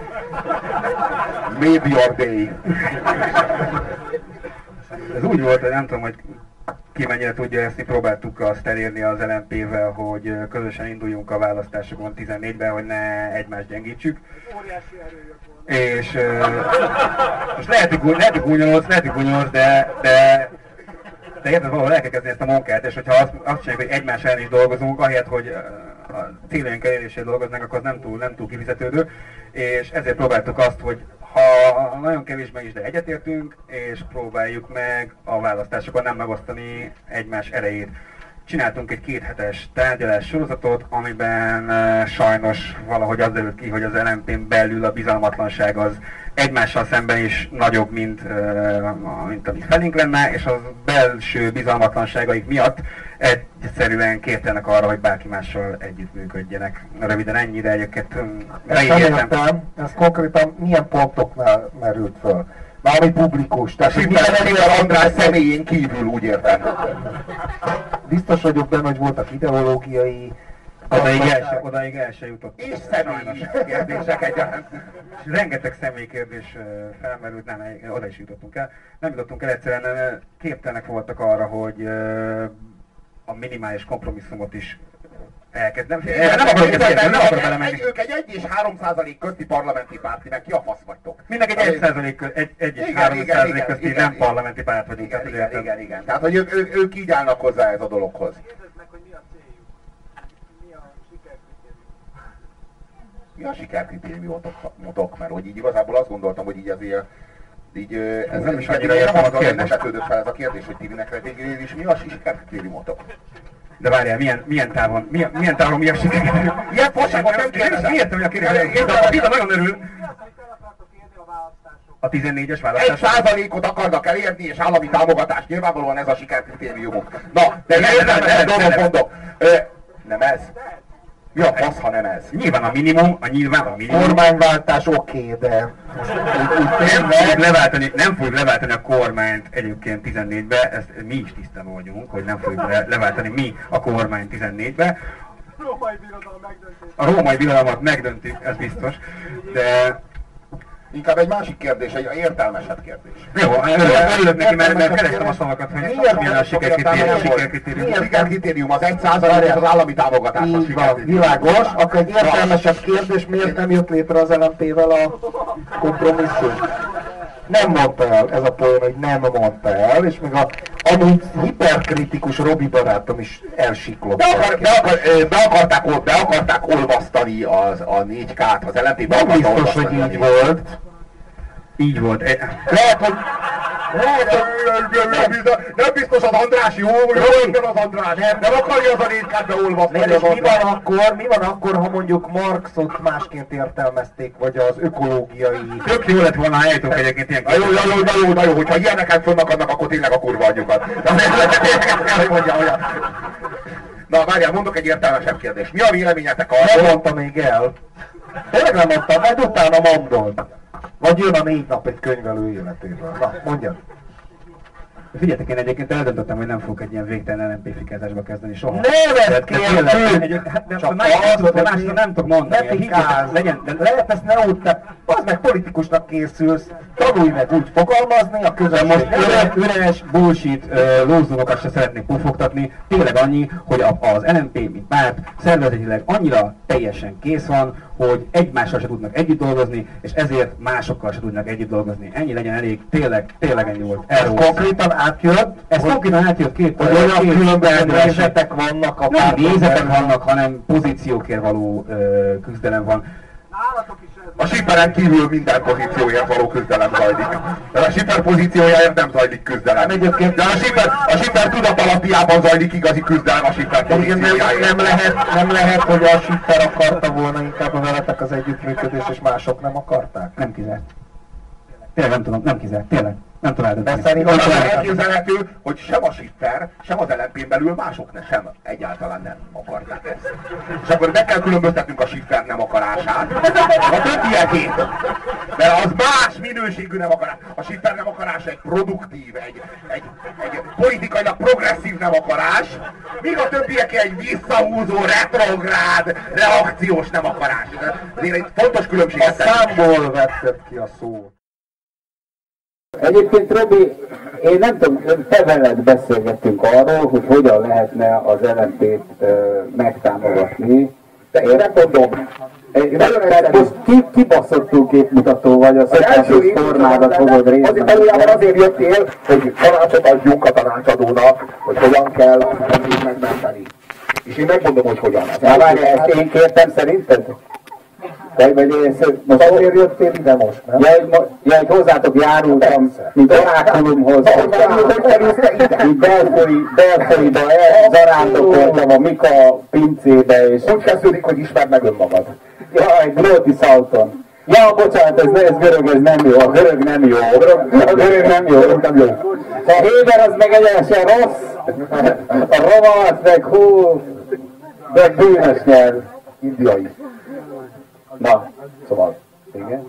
Maybe your day. Ez úgy volt, hogy nem tudom, hogy ki mennyire tudja ezt, mi próbáltuk azt elérni az el em pé-vel, hogy közösen induljunk a választásokon tizennégyben, hogy ne egymást gyengítsük. És uh, most lehet, hogy, lehet, hogy gúnyolódsz, lehet, hogy gúnyolódsz, de, de, de érted, valahol el kell kezdeni ezt a munkát, és hogyha azt, azt csináljuk, hogy egymás ellen is dolgozunk, ahelyett, hogy a céljaink elérésére dolgoznak, akkor az nem túl, nem túl kifizetődő. És ezért próbáltuk azt, hogy ha nagyon kevésben is, de egyetértünk, és próbáljuk meg a választásokon nem megosztani egymás erejét. Csináltunk egy kéthetes tárgyalás sorozatot, amiben uh, sajnos valahogy az derült ki, hogy az el em pén belül a bizalmatlanság az egymással szemben is nagyobb, mint, uh, mint amit felénk lenne, és az belső bizalmatlanságaik miatt egyszerűen képtelenek arra, hogy bárki mással együttműködjenek. Röviden ennyi, de egyébként Ezt nem értem, ez konkrétan milyen pontoknál merült föl? Mármi publikus. A Schiffer András személyén kívül, úgy értem. Biztos vagyok benne, hogy voltak ideológiai... Odaig el se, odaig el se jutottunk. És személyi kérdések egyaránt. És rengeteg személyi kérdés felmerült, nem, oda is jutottunk el. Nem jutottunk el, egyszerűen képtelenek voltak arra, hogy a minimális kompromisszumot is elkezd. Nem, nem, nem akarok ezt nem akarok belemenni. Ők egy egy és három százalék közti parlamenti párt, meg ki a fasz vagytok? Mindenki egy százalék, egy, egy és három százalék közti igen, nem igen. parlamenti párt vagyunk. Igen, Tehát, igen, ugye, igen, igen. Tehát, hogy ők, ők, ők így állnak hozzá ez a dologhoz. Kérdezd meg, hogy mi a céljuk. Mi a sikerkritérium. Mi a sikerkritériumotok? Mert hogy így igazából azt gondoltam, hogy így azért így ez nem is eddig annyira nem értem a az nem kérdést. vetődött fel ez a kérdés, hogy ti nektek is mi a sikerkritériumotok? De várjál, milyen, milyen távon, milyen, milyen távon mi a siker? Ilyen fasságot nem kérdezem. Értem, hogy a kérdés. A Vida nagyon örül. Mi az, amit el akartok érni a választások? A tizennégyes Egy választás. százalékot akarnak elérni, és állami támogatás. Nyilvánvalóan ez a sikerkritériumuk. Na, de Nem, értelmes nem, nem, dolgot nem. mondok. Ö, Nem ez? Mi a fasz, ha nem ez? Nyilván a minimum, a nyilván a minimum. Kormányváltás oké, de most úgy, úgy Nem tényleg fogjuk leváltani, nem fogjuk leváltani a kormányt egyébként tizennégybe, ezt mi is tisztában vagyunk, hogy nem fogjuk le, leváltani mi a kormányt tizennégybe. Római birodalom megdöntés. A római birodalmat megdöntük, ez biztos, de Inkább egy másik kérdés, egy értelmesebb kérdés. jó, örülök, örülök neki, mert, mert kerestem a szavakat, hogy milyen a sikerkritérium. sikerkritérium. A sikerkritérium az egy százalék az állami támogatás. a így van, sikerkritérium. világos. Akkor egy értelmesebb kérdés, miért nem jött létre az el em pé-vel a kompromisszum? Nem mondta el, ez a poén, hogy nem mondta el, és még a amúgy hiperkritikus Robi barátom is elsiklott. Be, akar, be, akar, ö, be, akarták, ol- be akarták olvasztani az, a négy ká-t, az el em pé be Nem akarta biztos, hogy olvasztani. így volt. Így volt. E- Lehet, hogy... Lehet, hogy nem, biztos, nem biztos az András jó, jó jön az András. Nem, nem akarja az a négy ká-t beolvasztani Mert és az mi András. van akkor, mi van akkor, ha mondjuk Marxot másként értelmezték, vagy az ökológiai... Tök jó lett volna, ha eljutunk egyébként ilyen Na jó, na jó, na jó, na jó, hogyha ilyeneket fönnakadnak, akkor tényleg a kurva anyjukat. Hogy mondja, hogy... Na várjál, mondok egy értelmesebb kérdést. Mi a véleményetek Nem arról? mondta még el. Tényleg nem mondta, majd utána mondod. Vagy jön a négy nap egy könyvelő életéről. Na, mondjad. Figyeljetek, én egyébként eldöntöttem, hogy nem fogok egy ilyen végtelen el em pé fikázásba kezdeni soha. Nem ezt De- de tényleg, kértük! egy- hát nem, Csak más, azt, tudod, hogy másra nem tudok mondani. Ne Higgyetek, fikázz, legyen, de lehet ezt ne úgy, te, az meg politikusnak készülsz, tanulj meg úgy fogalmazni, a De közönség most nem- üres, üres bullshit uh, lózunokat se szeretnék pufogtatni. Tényleg annyi, hogy a, az el em pé, mint párt, szervezetileg annyira teljesen kész van, hogy egymással se tudnak együtt dolgozni, és ezért másokkal se tudnak együtt dolgozni. Ennyi legyen elég, tényleg, tényleg ennyi volt. Ez Erről konkrétan átjött, Ez konkrétan átjött két hogy olyan két különböző ellenőrzés. nézetek vannak a Nem párton nézetek belül. vannak, hanem pozíciókért való ö, küzdelem van. Nálatok is ez A Siperen kívül minden pozícióért való küzdelem zajlik. De a Siper pozíciójáért nem zajlik küzdelem. Nem, egyébként- De a Siper, a Siper tudatalapjában zajlik igazi küzdelem a Siper De igen, nem, pozíciójáért. nem, lehet, nem lehet, hogy a Schiffer akarta volna inkább a veletek az együttműködés, és mások nem akarták. Nem kizárt. Tényleg nem tudom, nem kizárt, tényleg. Nem tudom eldönteni. De szerintem Az Nem tudom elképzelhető, hogy sem a Schiffer, sem az el em pén belül mások ne, sem egyáltalán nem akarták ezt. És akkor meg kell különböztetnünk a Schiffer nem akarását, a többiekét. Mert az más minőségű nem akarás. A Schiffer nem akarás egy produktív, egy, egy, egy politikailag progresszív nem akarás, míg a többiek egy visszahúzó, retrográd, reakciós nem akarás. Ezért egy fontos A különbséget tenni. számból vetted ki a szót. Egyébként Robi, én nem tudom, te veled beszélgettünk arról, hogy hogyan lehetne az el em pét uh, megtámogatni. De én nem mondom. Én tehát most ki, kibaszottul képmutató vagy, a szokásos formádat fogod Azért részben. valójában azért jöttél, hogy tanácsot adjunk a tanácsadónak, hogy hogyan kell a rendét megmenteni. És én megmondom, hogy hogyan. Na várj, ezt én kértem szerinted? Te vagy én ezt most Azért jöttél ide most, nem? Ja, hogy, mo- ja, hogy hozzátok járultam, mint orákulumhoz, mint belföldi, belföldiba elzarándokoltam a Mika pincébe, és Úgy kezdődik, hogy ismerd meg önmagad. jaj, Glóti Szauton. Ja, bocsánat, ez, ez görög, ez nem jó, a görög nem jó, a görög nem jó, nem jó. A Héber az meg egyenesen rossz, a rovat, meg hú, meg bűnös nyelv. Indiai. Na, Szóval, igen.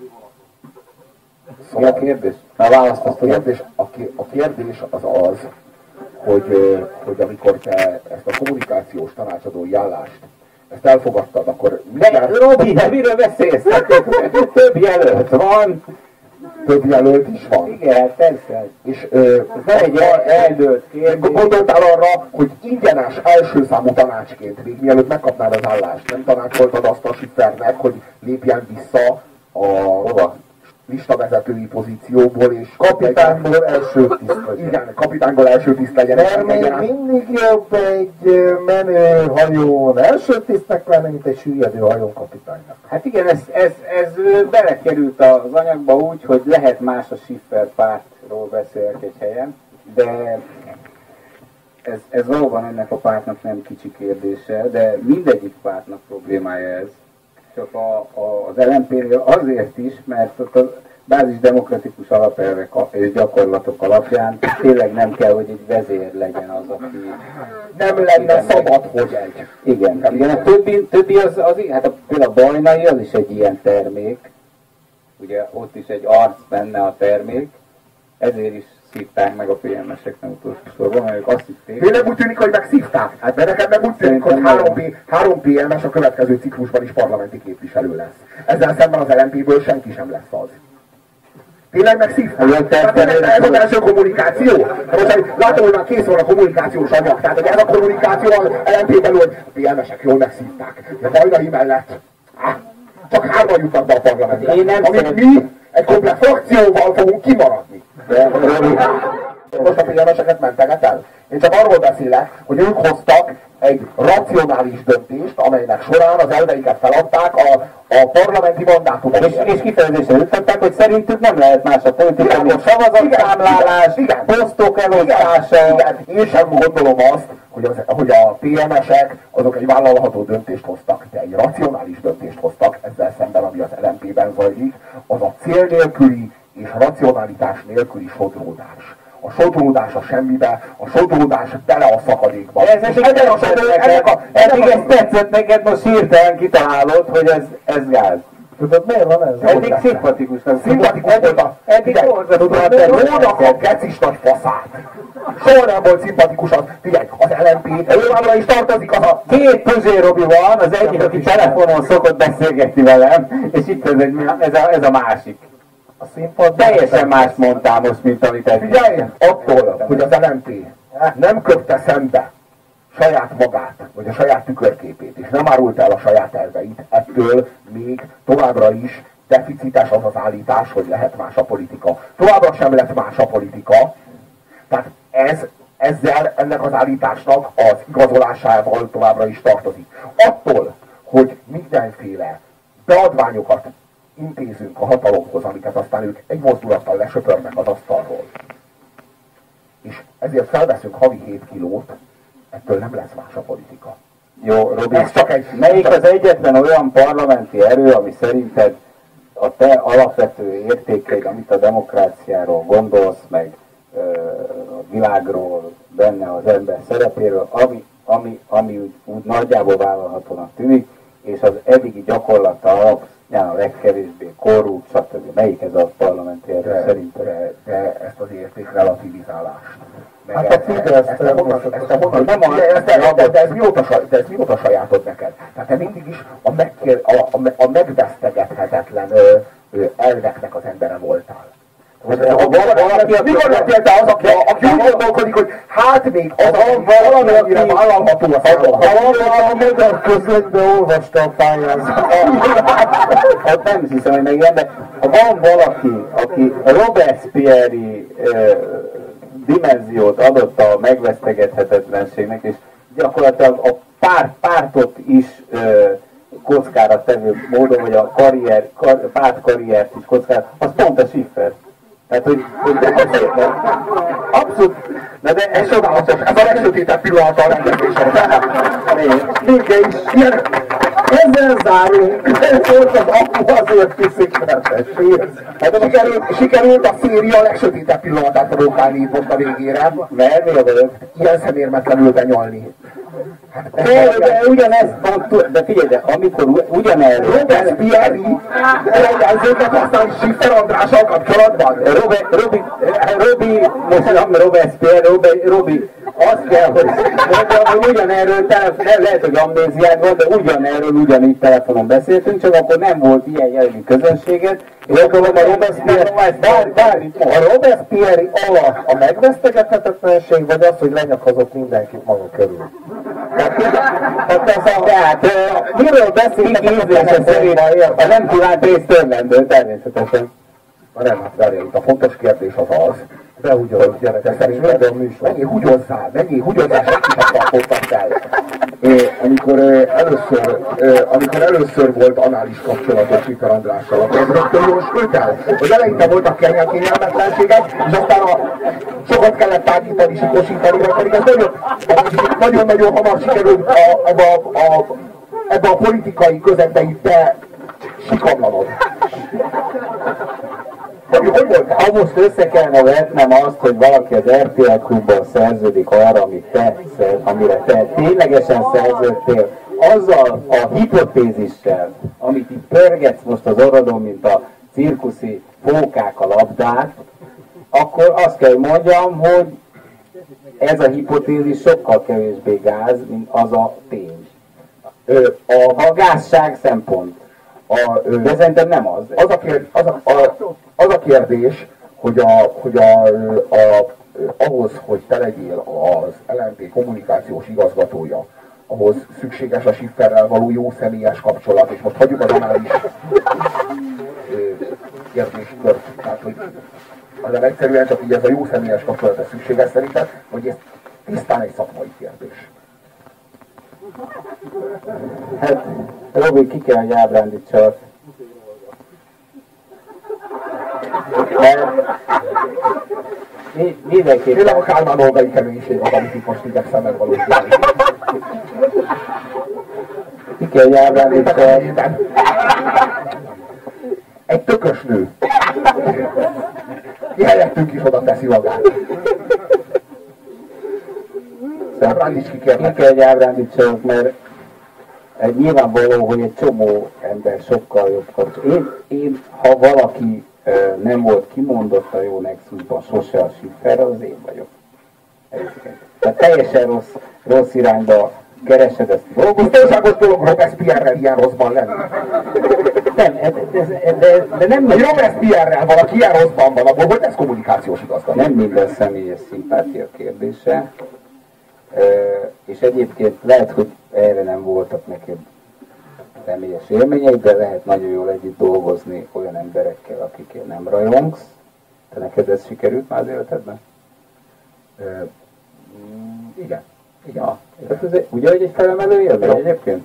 Mi szóval a kérdés? Na, választ a azt tudod. kérdés, a, ké- a kérdés az az, hogy, ö, hogy amikor te ezt a kommunikációs tanácsadói állást, ezt elfogadtad, akkor De mindjárt Robi, de miről beszélsz? Hát több jelölt van. több jelölt is van. Igen, persze. És ö, Ez nem egy el- eldőlt kérdés. gondoltál arra, hogy ingyenes első számú tanácsként, még mielőtt megkapnád az állást, nem tanácsoltad azt a Schiffernek, hogy lépjen vissza a Hova? listavezetői pozícióból, és Kapitányból első tiszt legyen. igen, kapitányból első tiszt legyen. Mert még mindig jobb egy ö, menő hajón első tisztnek lenni, mint egy süllyedő hajón kapitánynak. Hát igen, ez, ez, ez ö, belekerült az anyagba úgy, hogy lehet más a Schiffer pártról beszélek egy helyen, de ez, ez valóban ennek a pártnak nem kicsi kérdése, de mindegyik pártnak problémája ez. Csak a, a, az el em pé-nél azért is, mert ott a bázis demokratikus alapelvek és gyakorlatok alapján tényleg nem kell, hogy egy vezér legyen az, aki... Nem lenne szabad, hogy egy. Igen, igen, a többi, többi az, az, hát a, például a Bajnai az is egy ilyen termék, ugye ott is egy arc benne a termék, ezért is szívták meg a pé em esek nem utolsó sorban, mert ők azt hitték. Tényleg úgy tűnik, hogy megszívták? Hát mert nekem meg úgy tűnik, hogy három pé em es a következő ciklusban is parlamenti képviselő lesz. Ezzel szemben az el em pé-ből senki sem lesz az. Tényleg megszívták? Tehát ez az első kommunikáció? Most látom, hogy már kész van a kommunikációs anyag, tehát hogy ez a kommunikáció az el em pé-ben, hogy a pé em esek jól megszívták. De Bajnai mellett ah, csak hárman jutnak be a parlamentbe. Amit mi egy komplet frakcióval fogunk kimaradni. Most a pé em eseket menteget el. Én csak arról beszélek, hogy ők hoztak egy racionális döntést, amelynek során az elveiket feladták a, a parlamenti mandátumokért. És, és kifejezésre jutották, hogy szerintük nem lehet más a politika, mint szavazatszámlálás, posztok elosztása. Igen, én sem gondolom azt, hogy, az, hogy a pé em esek azok egy vállalható döntést hoztak, de egy racionális döntést hoztak, ezzel szemben, ami az el em pé-ben zajlik, az a cél nélküli és racionalitás nélküli sodródás. A sodródás a semmibe, a sodródás bele a szakadékba. Ez és ennek a sodródásnak, eddig ezt tetszett neked, most hirtelen kitalálod, hogy ez, ez gáz. Tudod, miért van ez? Eddig szimpatikusnak. Szimpatikus volt a... Eddig tudod, jónak a kecis nagy faszát. Soha nem volt szimpatikus az. Figyelj, az el em pé, ővállal is tartozik az a... Két Puzsé Robi van, az egyik, aki telefonon szokott beszélgetni velem, és itt ez, egy, ez, a, ez a másik. A színpad teljesen más mondtál most, mint amit eddig. Figyelj, attól, hogy az el em pé nem köpte szembe saját magát, vagy a saját tükörképét, és nem árult el a saját elveit, ettől még továbbra is deficites az az állítás, hogy lehet más a politika. Továbbra sem lett más a politika, tehát ez, ezzel ennek az állításnak az igazolásával továbbra is tartozik. Attól, hogy mindenféle beadványokat intézünk a hatalomhoz, amiket aztán ők egy mozdulattal lesöpörnek az asztalról. És ezért felveszünk havi hét kilót, ettől nem lesz más a politika. Jó, Robi, ez csak egy... melyik az egyetlen olyan parlamenti erő, ami szerinted a te alapvető értékeid, amit a demokráciáról gondolsz, meg ö, a világról, benne az ember szerepéről, ami, ami, ami úgy, úgy nagyjából vállalhatónak tűnik, és az eddigi gyakorlata alap, a legkevésbé korrupt, stb. Melyik ez a parlamenti erő de, szerinted? de, de ezt az értékrelativizálást. Hát a Fidesz természetesen. De ez mióta sajátod neked? Tehát te mindig is a, megkér, a, a, a megvesztegethetetlen ö, ö, elveknek az embere voltál. Mikor lettél te az, aki, aki úgy gondolkodik, hogy hát még az a valami, amire vállalható a számomra. A magyar közlönyben olvasta a pályázatot. Hát nem hiszem, hogy meg ilyen, de ha van valaki, aki Robespierre-i eh, dimenziót adott a megvesztegethetetlenségnek, és gyakorlatilag a párt, pártot is eh, kockára tevő módon, vagy a karrier, kar, pártkarriert is kockára, az pont a Schiffer. Tehát, hogy, hogy abszolút, de, de ez csodálatos, ez a legsötétebb pillanata a rendezésre. Minke is ilyen, ezzel zárunk, ez volt az apu, azért piszik, mert ez hát sikerült, sikerült a széria legsötétebb pillanatát provokálni itt most a végére. Mert mi a vagyok? Ilyen szemérmetlenül benyalni. De, de ugyanezt pont, de figyelj, de amikor ugyanerről... Robespierre-i jelzőket használni Schiffer Andrással kapcsolatban? Robi, Robi, Robi, most nem Robespierre, Robi, Robi, azt kell, hogy, hogy ugyanerről, telefon, lehet, hogy amnéziád van, de ugyanerről ugyanígy telefonon beszéltünk, csak akkor nem volt ilyen jellegű közönséget, és akkor a Robespierre, bár, bár, a Robespierre alatt a megvesztegethetetlenség, vagy az, hogy lenyakazott mindenkit maga körül? Hát ez a, tehát, miről beszélünk ízlése szerint, a nem kívánt rész törlendő, természetesen. Na nem, hát várjál, itt a fontos kérdés az az, Behugyozott gyerekek szerinted. Menjél, hugyozzál, menjél, hugyozzál, senkit tartottak fel. Amikor először, amikor először volt anális kapcsolatos Sifer Andrással, akkor az rögtön jól sült el. Az eleinte voltak kényelmetlenségek, és aztán a sokat kellett tágítani, sikosítani, mert pedig ez nagyon-nagyon hamar sikerült a, ebbe, a, a, ebbe a politikai közegbe itt be sikamlanod. Ha most össze kellene vetnem azt, hogy valaki az er té el klubban szerződik arra, amit te, amire te ténylegesen szerződtél, azzal a hipotézissel, amit itt pörgetsz most az orrodon, mint a cirkuszi fókák a labdát, akkor azt kell mondjam, hogy ez a hipotézis sokkal kevésbé gáz, mint az a tény. A, a gázság szempont. A, de szerintem nem az. Az a, kérd, az a, a, az a kérdés, hogy, a, hogy a, a, ahhoz, hogy te legyél az el em pé kommunikációs igazgatója, ahhoz szükséges a Schifferrel való jó személyes kapcsolat, és most hagyjuk az anális kérdéskört. Tehát, hogy hanem egyszerűen csak így ez a jó személyes kapcsolat ez szükséges szerinted, hogy ez tisztán egy szakmai kérdés. Hát, Robi, ki kell, hogy ábrándítsa. Mindenképpen. Tényleg a Kálmán Olgai keménység az, amit itt most igyekszem megvalósítani. Ki kell, hogy ábrándítsa. Egy tökös nő. Mi helyettünk is oda teszi magát. Ábrándíts ki kérlek. Ki kell, hogy ábrándítsanak, mert nyilvánvaló, hogy egy csomó ember sokkal jobb kapcsolat. Én, én, ha valaki uh, nem volt kimondott a jó Nexusban sose a Schiffer, az én vagyok. Tehát teljesen rossz, rossz irányba keresed ezt a dolgot. Biztonságos dolog Robespierre-rel ilyen rosszban lenni. Nem, de, de, de, de nem... Hogy Robespierre-rel valaki ilyen rosszban van, abból hogy ez kommunikációs igazgató? Nem minden személyes szimpátia kérdése. Uh, és egyébként lehet, hogy erre nem voltak neked személyes élményeid, de lehet nagyon jól együtt dolgozni olyan emberekkel, akikért nem rajongsz. Te neked ez sikerült már az életedben? Uh, igen. Igen. Ja, ez egy, ugye, hogy egy felemelő élmény egyébként?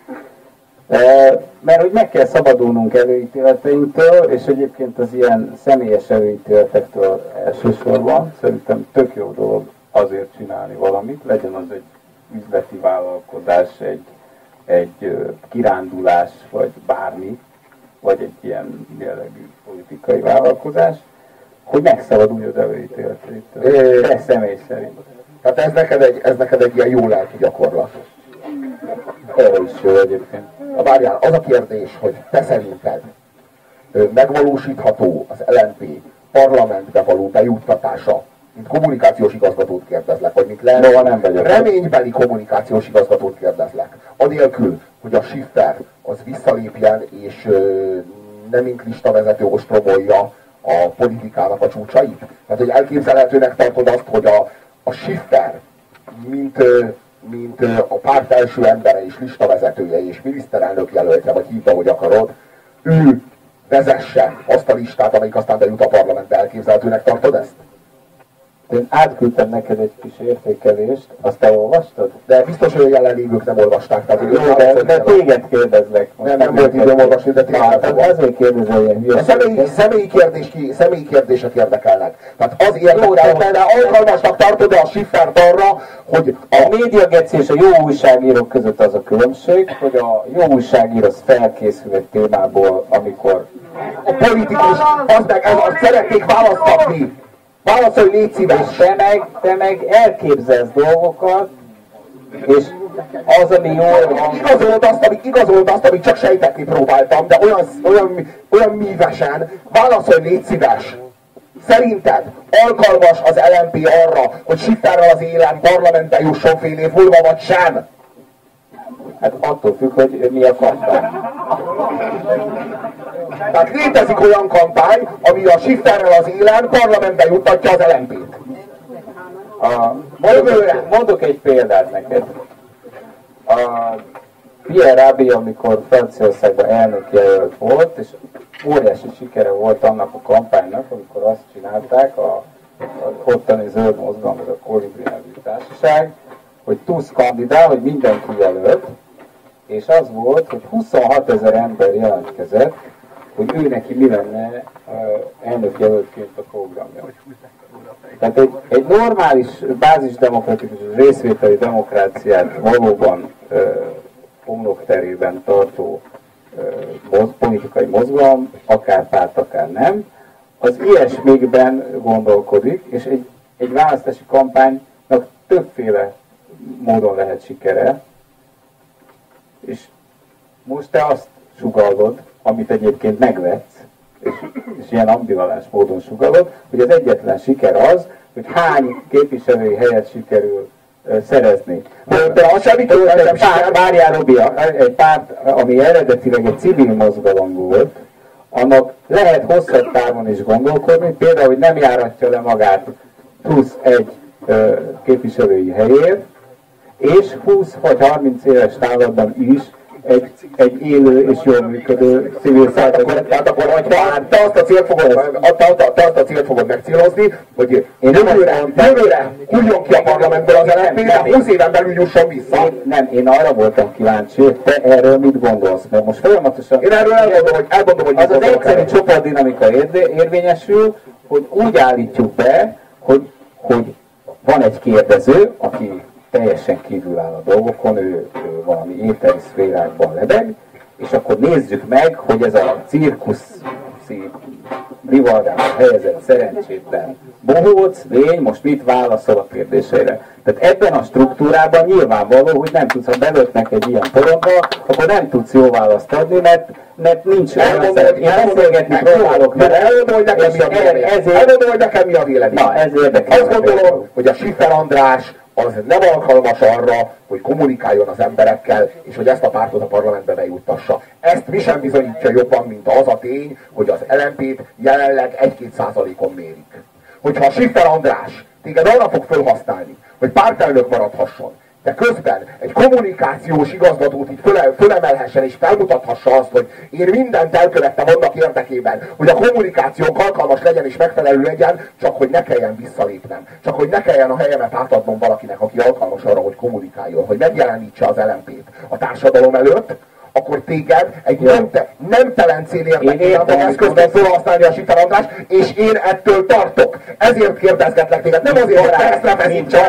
Uh, mert hogy meg kell szabadulnunk előítéleteinktől, és egyébként az ilyen személyes előítéletektől elsősorban szerintem tök jó dolog azért csinálni valamit, legyen az egy üzleti vállalkozás, egy, egy kirándulás, vagy bármi, vagy egy ilyen jellegű politikai vállalkozás, hogy megszabadulj az előítéleteitől. Te személy szerint. Tehát ez neked egy, ez neked egy ilyen jó lelki gyakorlat. Erre is jó egyébként. Na várjál, az a kérdés, hogy te szerinted megvalósítható az el em pé parlamentbe való bejuttatása, mint kommunikációs igazgatót kérdezlek, vagy mint le, no, nem vagyok. reménybeli kommunikációs igazgatót kérdezlek. Anélkül, hogy a Schiffer az visszalépjen, és ö, nem mint listavezető ostromolja a politikának a csúcsait. Tehát, hogy elképzelhetőnek tartod azt, hogy a, a Schiffer, mint, ö, mint ö, a párt első embere és listavezetője és miniszterelnök jelöltje, vagy hívta, hogy akarod, ő vezesse azt a listát, amelyik aztán bejut a parlamentbe. Elképzelhetőnek tartod ezt? Én átküldtem neked egy kis értékelést, azt te olvastad? De biztos, hogy a jelenlévők nem olvasták. Tehát, Jó, de, de téged kérdezlek. Nem, nem volt időm olvasni, de téged. Tehát azért kérdezel ilyen hülye. A személyi, személyi, kérdés, személyi kérdések érdekelnek. Tehát az érdekelne, alkalmasnak tartod-e a Schiffert arra, hogy a, a médiageci és a jó újságírók között az a különbség, hogy a jó újságíró az felkészül egy témából, amikor a politikus, az meg az, azt szeretnék választatni. Válaszolj, légy szíves! Te meg, te meg elképzelsz dolgokat, és az, ami jól van... Igazold azt, amit, igazold azt, amit csak sejtetni próbáltam, de olyan, olyan, olyan mívesen. Válaszolj, légy szíves! Szerinted alkalmas az el em pé arra, hogy Schifferrel az élen parlamentben jusson fél év múlva, vagy sem? Hát attól függ, hogy mi a kampány. Tehát létezik olyan kampány, ami a Schifferrel az élen parlamentben juttatja az el em pét. Mondok, mondok egy példát neked. A Pierre Rabhi, amikor Franciaországban elnökjelölt volt, és óriási sikere volt annak a kampánynak, amikor azt csinálták a ottani zöld mozgalom, ez a Kolibri nevű társaság, hogy Tusk kandidál, hogy mindenki jelölt, és az volt, hogy huszonhat ezer ember jelentkezett, hogy ő neki mi lenne uh, elnökjelöltként a programja. Tehát egy, egy normális, bázisdemokratikus részvételi demokráciát valóban uh, homlokterében tartó uh, moz, politikai mozgalom, akár párt, akár nem, az ilyesmikben gondolkodik, és egy, egy választási kampánynak többféle módon lehet sikere, és most te azt sugallod, amit egyébként megvetsz, és, és ilyen ambivalens módon sugallod, hogy az egyetlen siker az, hogy hány képviselői helyet sikerül uh, szerezni. De az sem egy párt, várjál Robi, egy párt, ami eredetileg egy civil mozgalom volt, annak lehet hosszabb távon is gondolkodni, például, hogy nem járatja le magát plusz egy uh, képviselői helyért, és húsz vagy harminc éves távlatban is egy, egy élő és jól működő civil szervezet. Tehát akkor, hogy te azt a célt fogod, te azt a célt fogod megcélozni, hogy én jövőre, jövőre hújjon ki a parlamentből az el en pé, de húsz éven belül jusson vissza. Én, nem, én arra voltam kíváncsi, hogy te erről mit gondolsz, mert most folyamatosan... Én erről elmondom, hogy elmondom, hogy az az egyszerű csoportdinamika érvényesül, hogy úgy állítjuk be, hogy, hogy van egy kérdező, aki teljesen kívül áll a dolgokon, ő, ő valami éteri szférákban lebeg, és akkor nézzük meg, hogy ez a cirkuszi rivaldában helyezett szerencsétlen bohóc, lény most mit válaszol a kérdéseire. Tehát ebben a struktúrában nyilvánvaló, hogy nem tudsz, ha belöknek egy ilyen porondba, akkor nem tudsz jó választ adni, mert, mert nincs olyan szerep. Én beszélgetni próbálok vele. Elmondom, hogy nekem mi a vélemény. Elmondom, hogy nekem mi a vélemény. Na, ez érdekes. Azt gondolom, hogy a Schiffer András az nem alkalmas arra, hogy kommunikáljon az emberekkel, és hogy ezt a pártot a parlamentbe bejuttassa. Ezt mi sem bizonyítja jobban, mint az a tény, hogy az el en pét jelenleg egy-két százalékon mérik. Hogyha a Schiffer András téged arra fog felhasználni, hogy pártelnök maradhasson, de közben egy kommunikációs igazgatót itt föle, fölemelhessen és felmutathassa azt, hogy én mindent elkövettem annak érdekében, hogy a kommunikációnk alkalmas legyen és megfelelő legyen, csak hogy ne kelljen visszalépnem. Csak hogy ne kelljen a helyemet átadnom valakinek, aki alkalmas arra, hogy kommunikáljon, hogy megjelenítse az el en pét a társadalom előtt, akkor téged egy nemte, nemtelen cél érdekében fog eszközben felhasználni a Schiffer András, és én ettől tartok. Ezért kérdezgetlek téged, nem azért, hogy te ezt refeszítsd,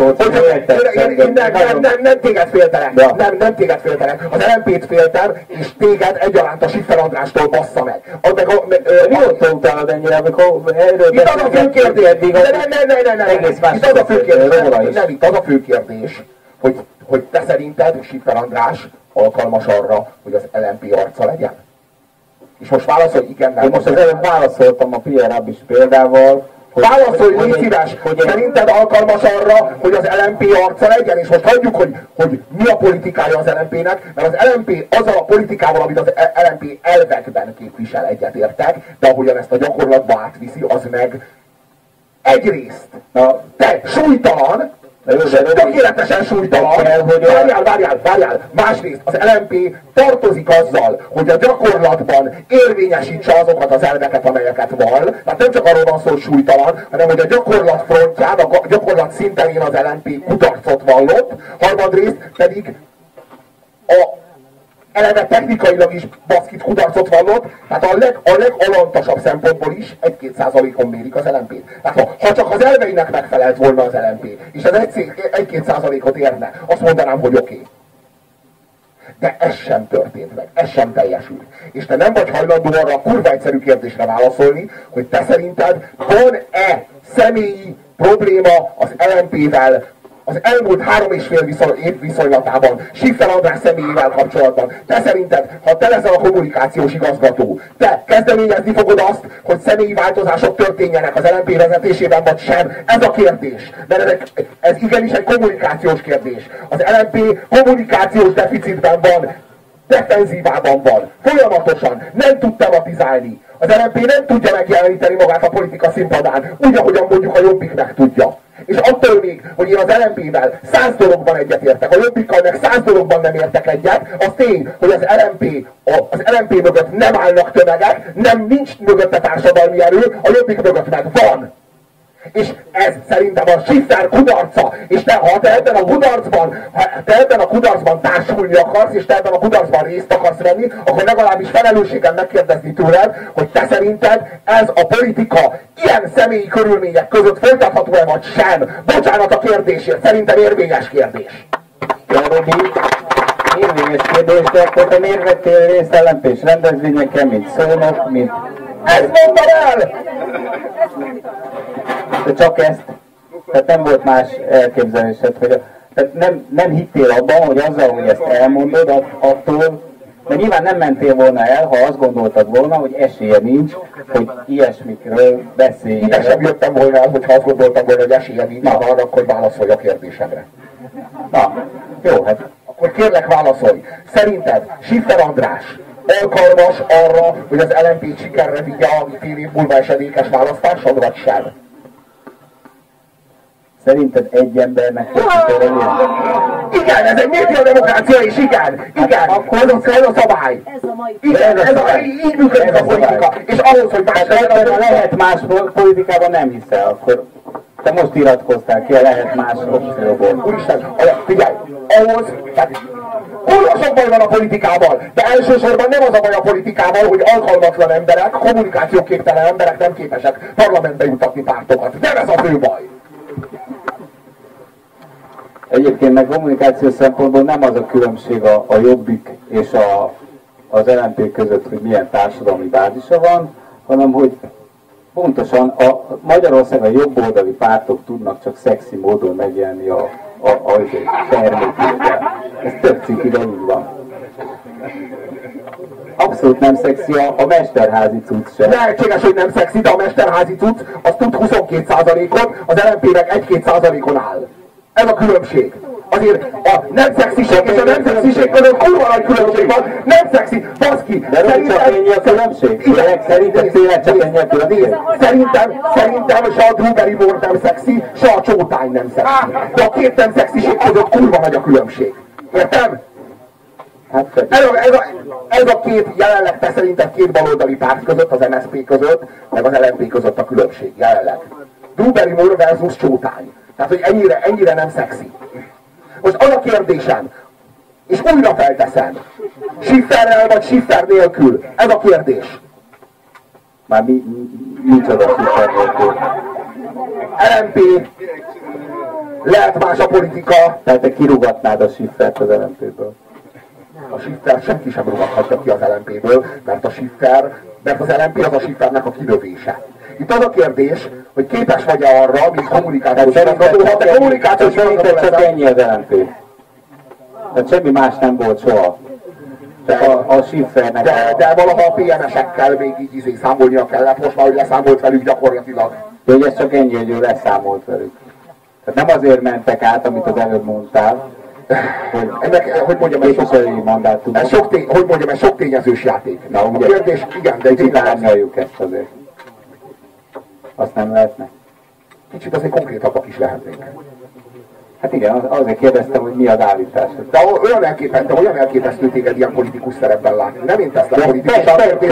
nem, nem, nem téged féltelek, nem, nem téged féltelek, az el en pét féltem, és téged egyaránt a Schiffer Andrástól bassza meg. Mióta utálod ennyire, amikor erről itt az a fő kérdés, nem, nem, nem, nem, nem, itt az a fő kérdés, nem, itt az a fő kérdés, hogy, hogy te szerinted Schiffer András alkalmas arra, hogy az el en pé arca legyen? És most válaszolj, igen, nem. Én most az előbb válaszoltam a Pierre Rabis példával, hogy válaszolj, légy szíves, hogy szerinted alkalmas arra, hogy az el en pé arca legyen, és most hagyjuk, hogy, hogy mi a politikája az el en pének, mert az el en pé azzal a politikával, amit az el en pé elvekben képvisel, egyetértek, de ahogyan ezt a gyakorlatba átviszi, az meg egyrészt, na, te súlytalan, tökéletesen súlytalan. Várjál, várjál, várjál. Másrészt az el en pé tartozik azzal, hogy a gyakorlatban érvényesítse azokat az elveket, amelyeket val. Tehát nem csak arról van szó, hogy súlytalan, hanem hogy a gyakorlat frontján, a gyakorlat szinten az el en pé kudarcot vallott. Harmadrészt pedig a eleve technikailag is baszkit kudarcot vallott, tehát a, leg, a legalantasabb szempontból is egy-két százalékon mérik az el en pét. Tehát ha, ha csak az elveinek megfelelt volna az el en pé, és ez egy-két százalékot érne, azt mondanám, hogy oké. Okay. De ez sem történt meg, ez sem teljesült. És te nem vagy hajlandó arra a kurva egyszerű kérdésre válaszolni, hogy te szerinted van-e személyi probléma az el en pével, az elmúlt három és fél viszony, év viszonylatában, Schiffer András személyével kapcsolatban. Te szerinted, ha te leszel a kommunikációs igazgató, te kezdeményezni fogod azt, hogy személyi változások történjenek az el en pé vezetésében, vagy sem? Ez a kérdés. Mert ez, ez igenis egy kommunikációs kérdés. Az el en pé kommunikációs deficitben van, defenzívában van, folyamatosan, nem tud tematizálni. Az el en pé nem tudja megjeleníteni magát a politika színpadán, úgy, ahogyan mondjuk a Jobbik meg tudja. És attól még, hogy én az el en pével száz dologban egyetértek, a Jobbikkal meg száz dologban nem értek egyet, az tény, hogy az el en pé, az el en pé mögött nem állnak tömegek, nem nincs mögötte társadalmi erő, a Jobbik mögött meg van. És ez szerintem a Schiffer kudarca. És te, ha te ebben a kudarcban, ha te ebben a kudarcban társulni akarsz, és te ebben a kudarcban részt akarsz venni, akkor legalábbis felelősségen megkérdezni tőled, hogy te szerinted ez a politika ilyen személyi körülmények között folytatható-e vagy sem. Bocsánat a kérdésért, szerintem érvényes kérdés. Robi, érvényes kérdés, de akkor te miért vettél részt el em pés rendezvényeken, mint szónok, mint... Ezt mondtam el! De csak ezt? Tehát nem volt más elképzelésed, hogy... Tehát nem, nem hittél abban, hogy azzal, hogy ezt elmondod, attól... De nyilván nem mentél volna el, ha azt gondoltad volna, hogy esélye nincs, hogy ilyesmikről beszélj. Ide sem jöttem volna el, hogyha azt gondoltam volna, hogy esélye nincs arra, hogy válaszolj a kérdésemre. Na, jó, hát... Akkor kérlek válaszolj. Szerinted Schiffer András alkalmas arra, hogy az el em pé sikerre vigye a fél év múlva esedékes választáson, vagy sem? Szerinted egy embernek hogy igen, ez egy médiademokrácia, és igen, igen, akkor ez a, ez a szabály. Ez a mai Igen, ez a, így működik a politika. És ahhoz, hogy más legyen, ha lehet más politikában nem hiszel, akkor te most iratkoztál ki, lehet más opcióból. Úristen, figyelj, ahhoz, tehát kurva sok baj van a politikával, de elsősorban nem az a baj a politikával, hogy alkalmatlan emberek, kommunikációképtelen emberek nem képesek parlamentbe jutatni pártokat. Nem ez a fő baj. Egyébként meg kommunikáció szempontból nem az a különbség a, a Jobbik és a, az el em pé között, hogy milyen társadalmi bázisa van, hanem hogy pontosan a Magyarországon a jobboldali pártok tudnak csak szexi módon megjelenni a, a, a, a termékükkel. Ez több cikkiben úgy van. Abszolút nem szexi a, a mesterházi cucc sem. Lehetséges, hogy nem szexi, de a mesterházi cucc az tud huszonkét százalékon, az el em pének egy-két százalékon áll. Ez a különbség. Azért a nem szexiség és a nem szexiség között kurva nagy különbség van. Nem szexi, baszki. De Robi, csak ennyi a különbség? Igen, szerintem tényleg csak ennyi a különbség? Szerintem, szerintem se a Drew Barrymore nem szexi, se a csótány nem szexi. De a két nem szexiség között kurva nagy a különbség. Értem? Hát, ez, a, ez, a, ez a két, jelenleg te szerinted két baloldali párt között, az em es zé pé között, meg az el em pé között a különbség, jelenleg. Drew Barrymore versus csótány. Tehát, hogy ennyire, ennyire nem szexi. Most az a kérdésem, és újra felteszem, Schifferrel vagy Schiffer nélkül? Ez a kérdés. Már mi, mi, micsoda Schiffer nélkül? el em pé, lehet más a politika. Tehát te kirúgatnád a Schiffert az el em péből. A Schiffer senki sem rúgathatja ki az el em péből, mert a Schiffer, mert az el em pé az a Schiffernek a kilövése. Itt az a kérdés, hogy képes vagy-e arra, mint kommunikációs igazgató, ha te kommunikációs igazgató csak ennyi az el em pé. Tehát semmi más nem volt soha. Csak a, a Schiffernek de, a... de valaha a pé em esekkel még így izé számolnia kellett, most már, hogy leszámolt velük gyakorlatilag. De hogy ez csak ennyi, hogy ő leszámolt velük. Tehát nem azért mentek át, amit az előbb mondtál, hogy, ennek, hogy mondjam, ez sok, mandátum. Ez sok, tény, hogy mondjam, ez sok tényezős játék. Na, ugye, a kérdés, igen, de kicsit árnyaljuk ezt azért. Azt nem lehetne? Kicsit azért konkrétabbak is lehetnénk. Hát igen, azért kérdeztem, hogy mi az állítás. De olyan elképesztő, olyan elképesztő téged ilyen politikus szerepben látni. Nem én teszlek politikus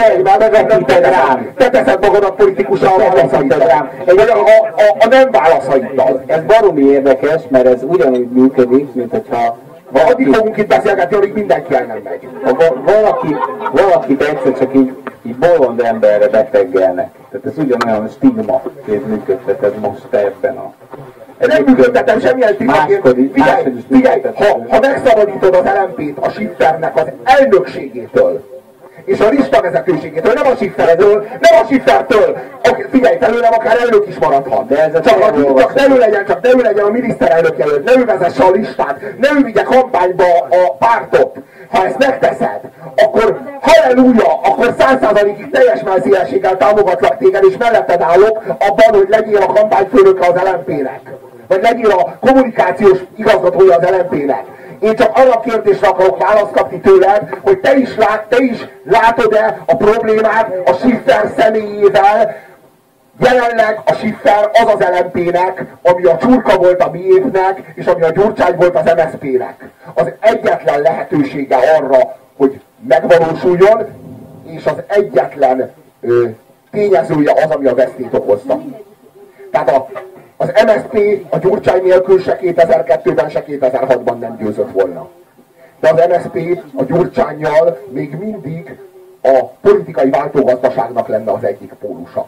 te teszed magadat politikussal a válaszaiddal. A nem válaszaiddal. Ez baromi érdekes, mert ez ugyanúgy működik, mint hogyha... Addig fogunk itt beszélgetni, amíg mindenki el nem megy. Ha valaki, valakit egyszer csak így, így bolond emberre beteggelnek. Tehát ez ugyanolyan stigma, hogy működteted most te ebben a... Nem működtetem semmilyen stigmaként. Figyelj, figyelj, ha, ha megszabadítod az el em pét a Schiffernek az elnökségétől, és a listavezetőségétől, nem a Schiffertől, nem a Schiffertől, figyelj, felőlem akár elnök is maradhat. De ez a csak, a, csak ne ő legyen, csak ne ő legyen a miniszterelnök jelölt, ne ő vezesse a listát, ne ő vigye kampányba a pártot. Ha ezt megteszed, akkor halleluja, akkor száz százalékig teljes mellszélességgel támogatlak téged, és melletted állok abban, hogy legyél a kampányfőnöke az el em pének. Vagy legyél a kommunikációs igazgatója az el em pének. Én csak arra a kérdésre akarok választ kapni tőled, hogy te is, lát, te is látod-e a problémát a Schiffer személyével. Jelenleg a Schiffer az az el em pének, ami a csurka volt a miénknek, és ami a Gyurcsány volt az em es zé pének. Az egyetlen lehetősége arra, hogy megvalósuljon, és az egyetlen ö, tényezője az, ami a vesztét okozta. Tehát a, az em es zé pé a Gyurcsány nélkül se kétezer-kettőben, se kétezer-hatban nem győzött volna. De az em es zé pé a Gyurcsánnyal még mindig a politikai váltógazdaságnak lenne az egyik pólusa.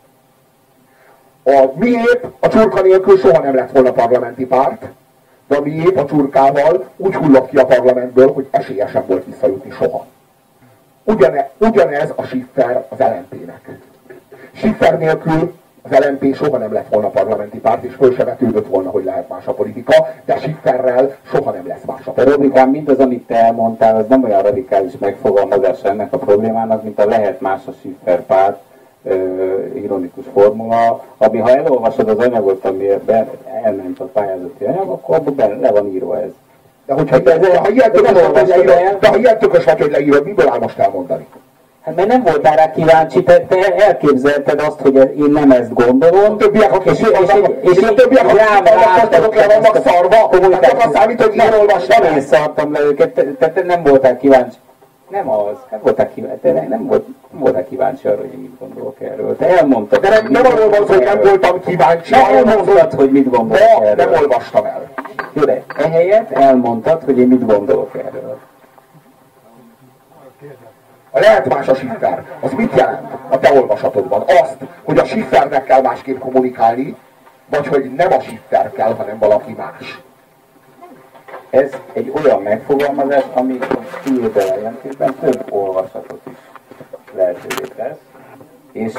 A miép a Csurka nélkül soha nem lett volna parlamenti párt, de a miép a Csurkával úgy hullott ki a parlamentből, hogy esélye sem volt visszajutni soha. Ugyane, ugyanez a Schiffer az el em pének. Schiffer nélkül az el em pé soha nem lett volna parlamenti párt, és föl se vetődött volna, hogy lehet más a politika, de Schifferrel soha nem lesz más a politika. Robikám, mindaz, amit te elmondtál, az nem olyan radikális megfogalmazás ennek a problémának, mint a lehet más a Schiffer párt, uh, ironikus formula, ami ha elolvasod az anyagot, amiben elment a pályázati anyag, akkor abban benne le van írva ez. De hogyha de, de, ha ilyen tökös vagy, hogy leírod, de ha ilyen tökös vagy, hogy leírod, miből áll most elmondani? Hát mert nem voltál rá kíváncsi, te, te elképzelted azt, hogy én nem ezt gondolom, a többiek, akik és, és, és, és a többiek, akik láttak, le vannak szarva, akkor azt számít, hogy én olvastam. Nem én szartam le őket, te, te, te nem voltál kíváncsi. Nem az, nem voltál kíváncsi, te nem, volt, nem voltál kíváncsi arra, hogy én mit gondolok erről. Te elmondtad. De nem, nem arról van szó, hogy nem voltam kíváncsi. Nem elmondtad, hogy mit gondolok erről. Nem olvastam el. Jó, de ehelyett elmondtad, hogy én mit gondolok erről. A lehet más a Schiffer. Az mit jelent a te olvasatodban? Azt, hogy a Schiffernek kell másképp kommunikálni, vagy hogy nem a Schiffer kell, hanem valaki más. Ez egy olyan megfogalmazás, ami a tiéd jelentésben több olvasatot is lehetővé tesz, és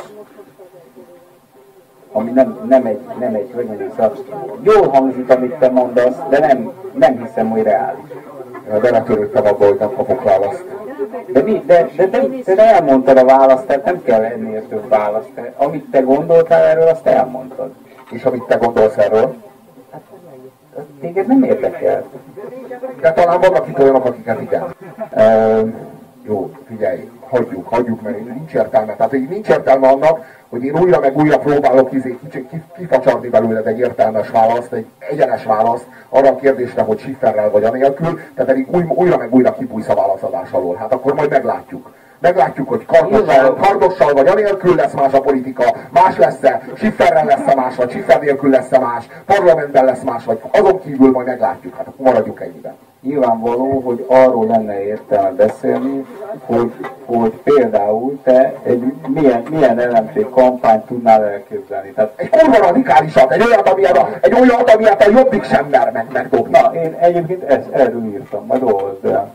ami nem, nem egy, nem egy, hogy mondjuk, jól hangzik, amit te mondasz, de nem, nem hiszem, hogy reális. Beletörődtem abba, hogy nem kapok választ. De, mi, de, de, de, de, de elmondtad a választ, tehát nem kell ennél több választ. Te, amit te gondoltál erről, azt elmondtad. És amit te gondolsz erről? Hát, az téged nem érdekel. De talán vannak itt olyanok, akiket igen. Uh, jó, figyelj, hagyjuk, hagyjuk, mert nincs értelme. Tehát így nincs értelme annak, hogy én újra meg újra próbálok izé, kifacsarni belőled egy értelmes választ, egy egyenes választ arra a kérdésre, hogy Schifferrel vagy anélkül, te pedig új, újra meg újra kibújsz a válaszadás alól. Hát akkor majd meglátjuk. Meglátjuk, hogy kardossal, kardossal vagy anélkül lesz más a politika, más lesz-e, Schifferrel lesz-e más, vagy Schiffer nélkül lesz-e más, parlamentben lesz más, vagy azon kívül majd meglátjuk. Hát akkor maradjunk ennyiben. Nyilvánvaló, hogy arról lenne értelme beszélni, hogy, hogy például te egy milyen, milyen el em pé kampányt tudnál elképzelni. Tehát, egy kurva radikálisat, egy olyat, amilyet a, egy olyat, amilyet a Jobbik sem mer meg megdobni. Na, én egyébként ezt, erről írtam, majd olvasd el.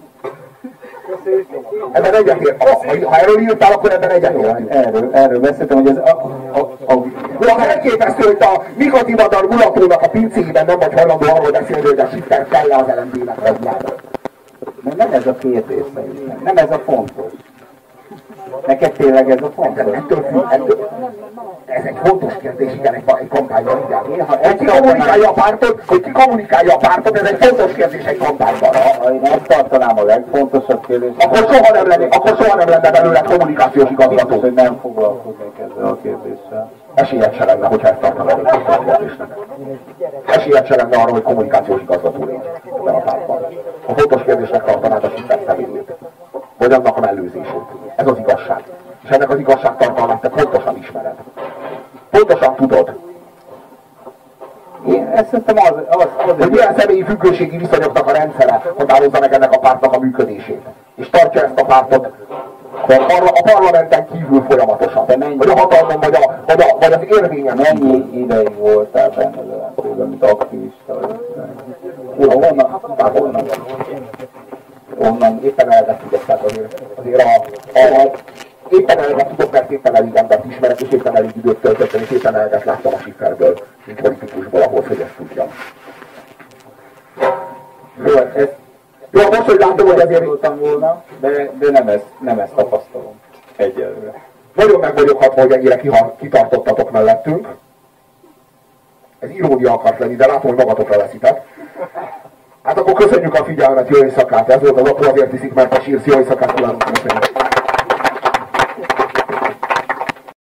Ebben egyetért. Ha, ha erről írtál, akkor ebben egyetért. Erről, erről beszéltem, hogy ez a... a, a, a az elképesztő, hogy a Mikati Madar mulatónak a pincéjében nem vagy hajlandó arról beszélni, hogy a Schiffer kell az el em pé-nek vagy nem. Nem ez a kérdés szerintem. Nem ez a fontos. Neked tényleg ez a fontos? Ettől függ, ettől. Ez egy fontos kérdés, igen, egy, egy kampányban, igen. Hogy ki kommunikálja a pártot, hogy ki kommunikálja a pártot, ez egy fontos kérdés egy kampányban. Ha én ezt tartanám a legfontosabb kérdés, akkor soha nem lenne, akkor soha nem lenne belőle kommunikációs igazgató. Biztos, hogy nem foglalkoznék ezzel a kérdéssel. Esélyed se lenne, hogyha ezt tartanám a kérdésnek. Esélyed se lenne arra, hogy kommunikációs igazgató légy ebben a pártban. A fontos kérdésnek tartanád a Schiffer személyét. Vagy annak a mellőzését. Ez az igazság. És ennek az igazságtartalmát te pontosan ismered. Pontosan tudod. Én ezt hiszem az, az, az hogy milyen személyi függőségi viszonyoknak a rendszere határozza meg ennek a pártnak a működését. És tartja ezt a pártot a parlamenten kívül folyamatosan. De mennyi, vagy a hatalmon, vagy, a, vagy, a, vagy az érvényen. Mennyi ideig voltál benne az ellentében, mint aktivista? Honnan? Honnan? Onnan éppen elvettudok, tehát azért, azért a, a, éppen elvetudok, mert éppen elég embert ismerek, és éppen elég időt töltöttem, és éppen eleget láttam a Schifferből, mint politikusból ahhoz, hogy ezt tudjam. Jó, ez, jó, most, hogy látom, hogy ezért voltam volna, de, de nem, ezt, nem ezt tapasztalom egyelőre. Nagyon meg vagyok hatva, hogy ennyire kitartottatok mellettünk. Ez irónia akart lenni, de látom, hogy magatokra leszitek. Hát akkor köszönjük a figyelmet, jó éjszakát! Ez volt az Akkor azért iszik, mert a sírsz, jó éjszakát kívánunk!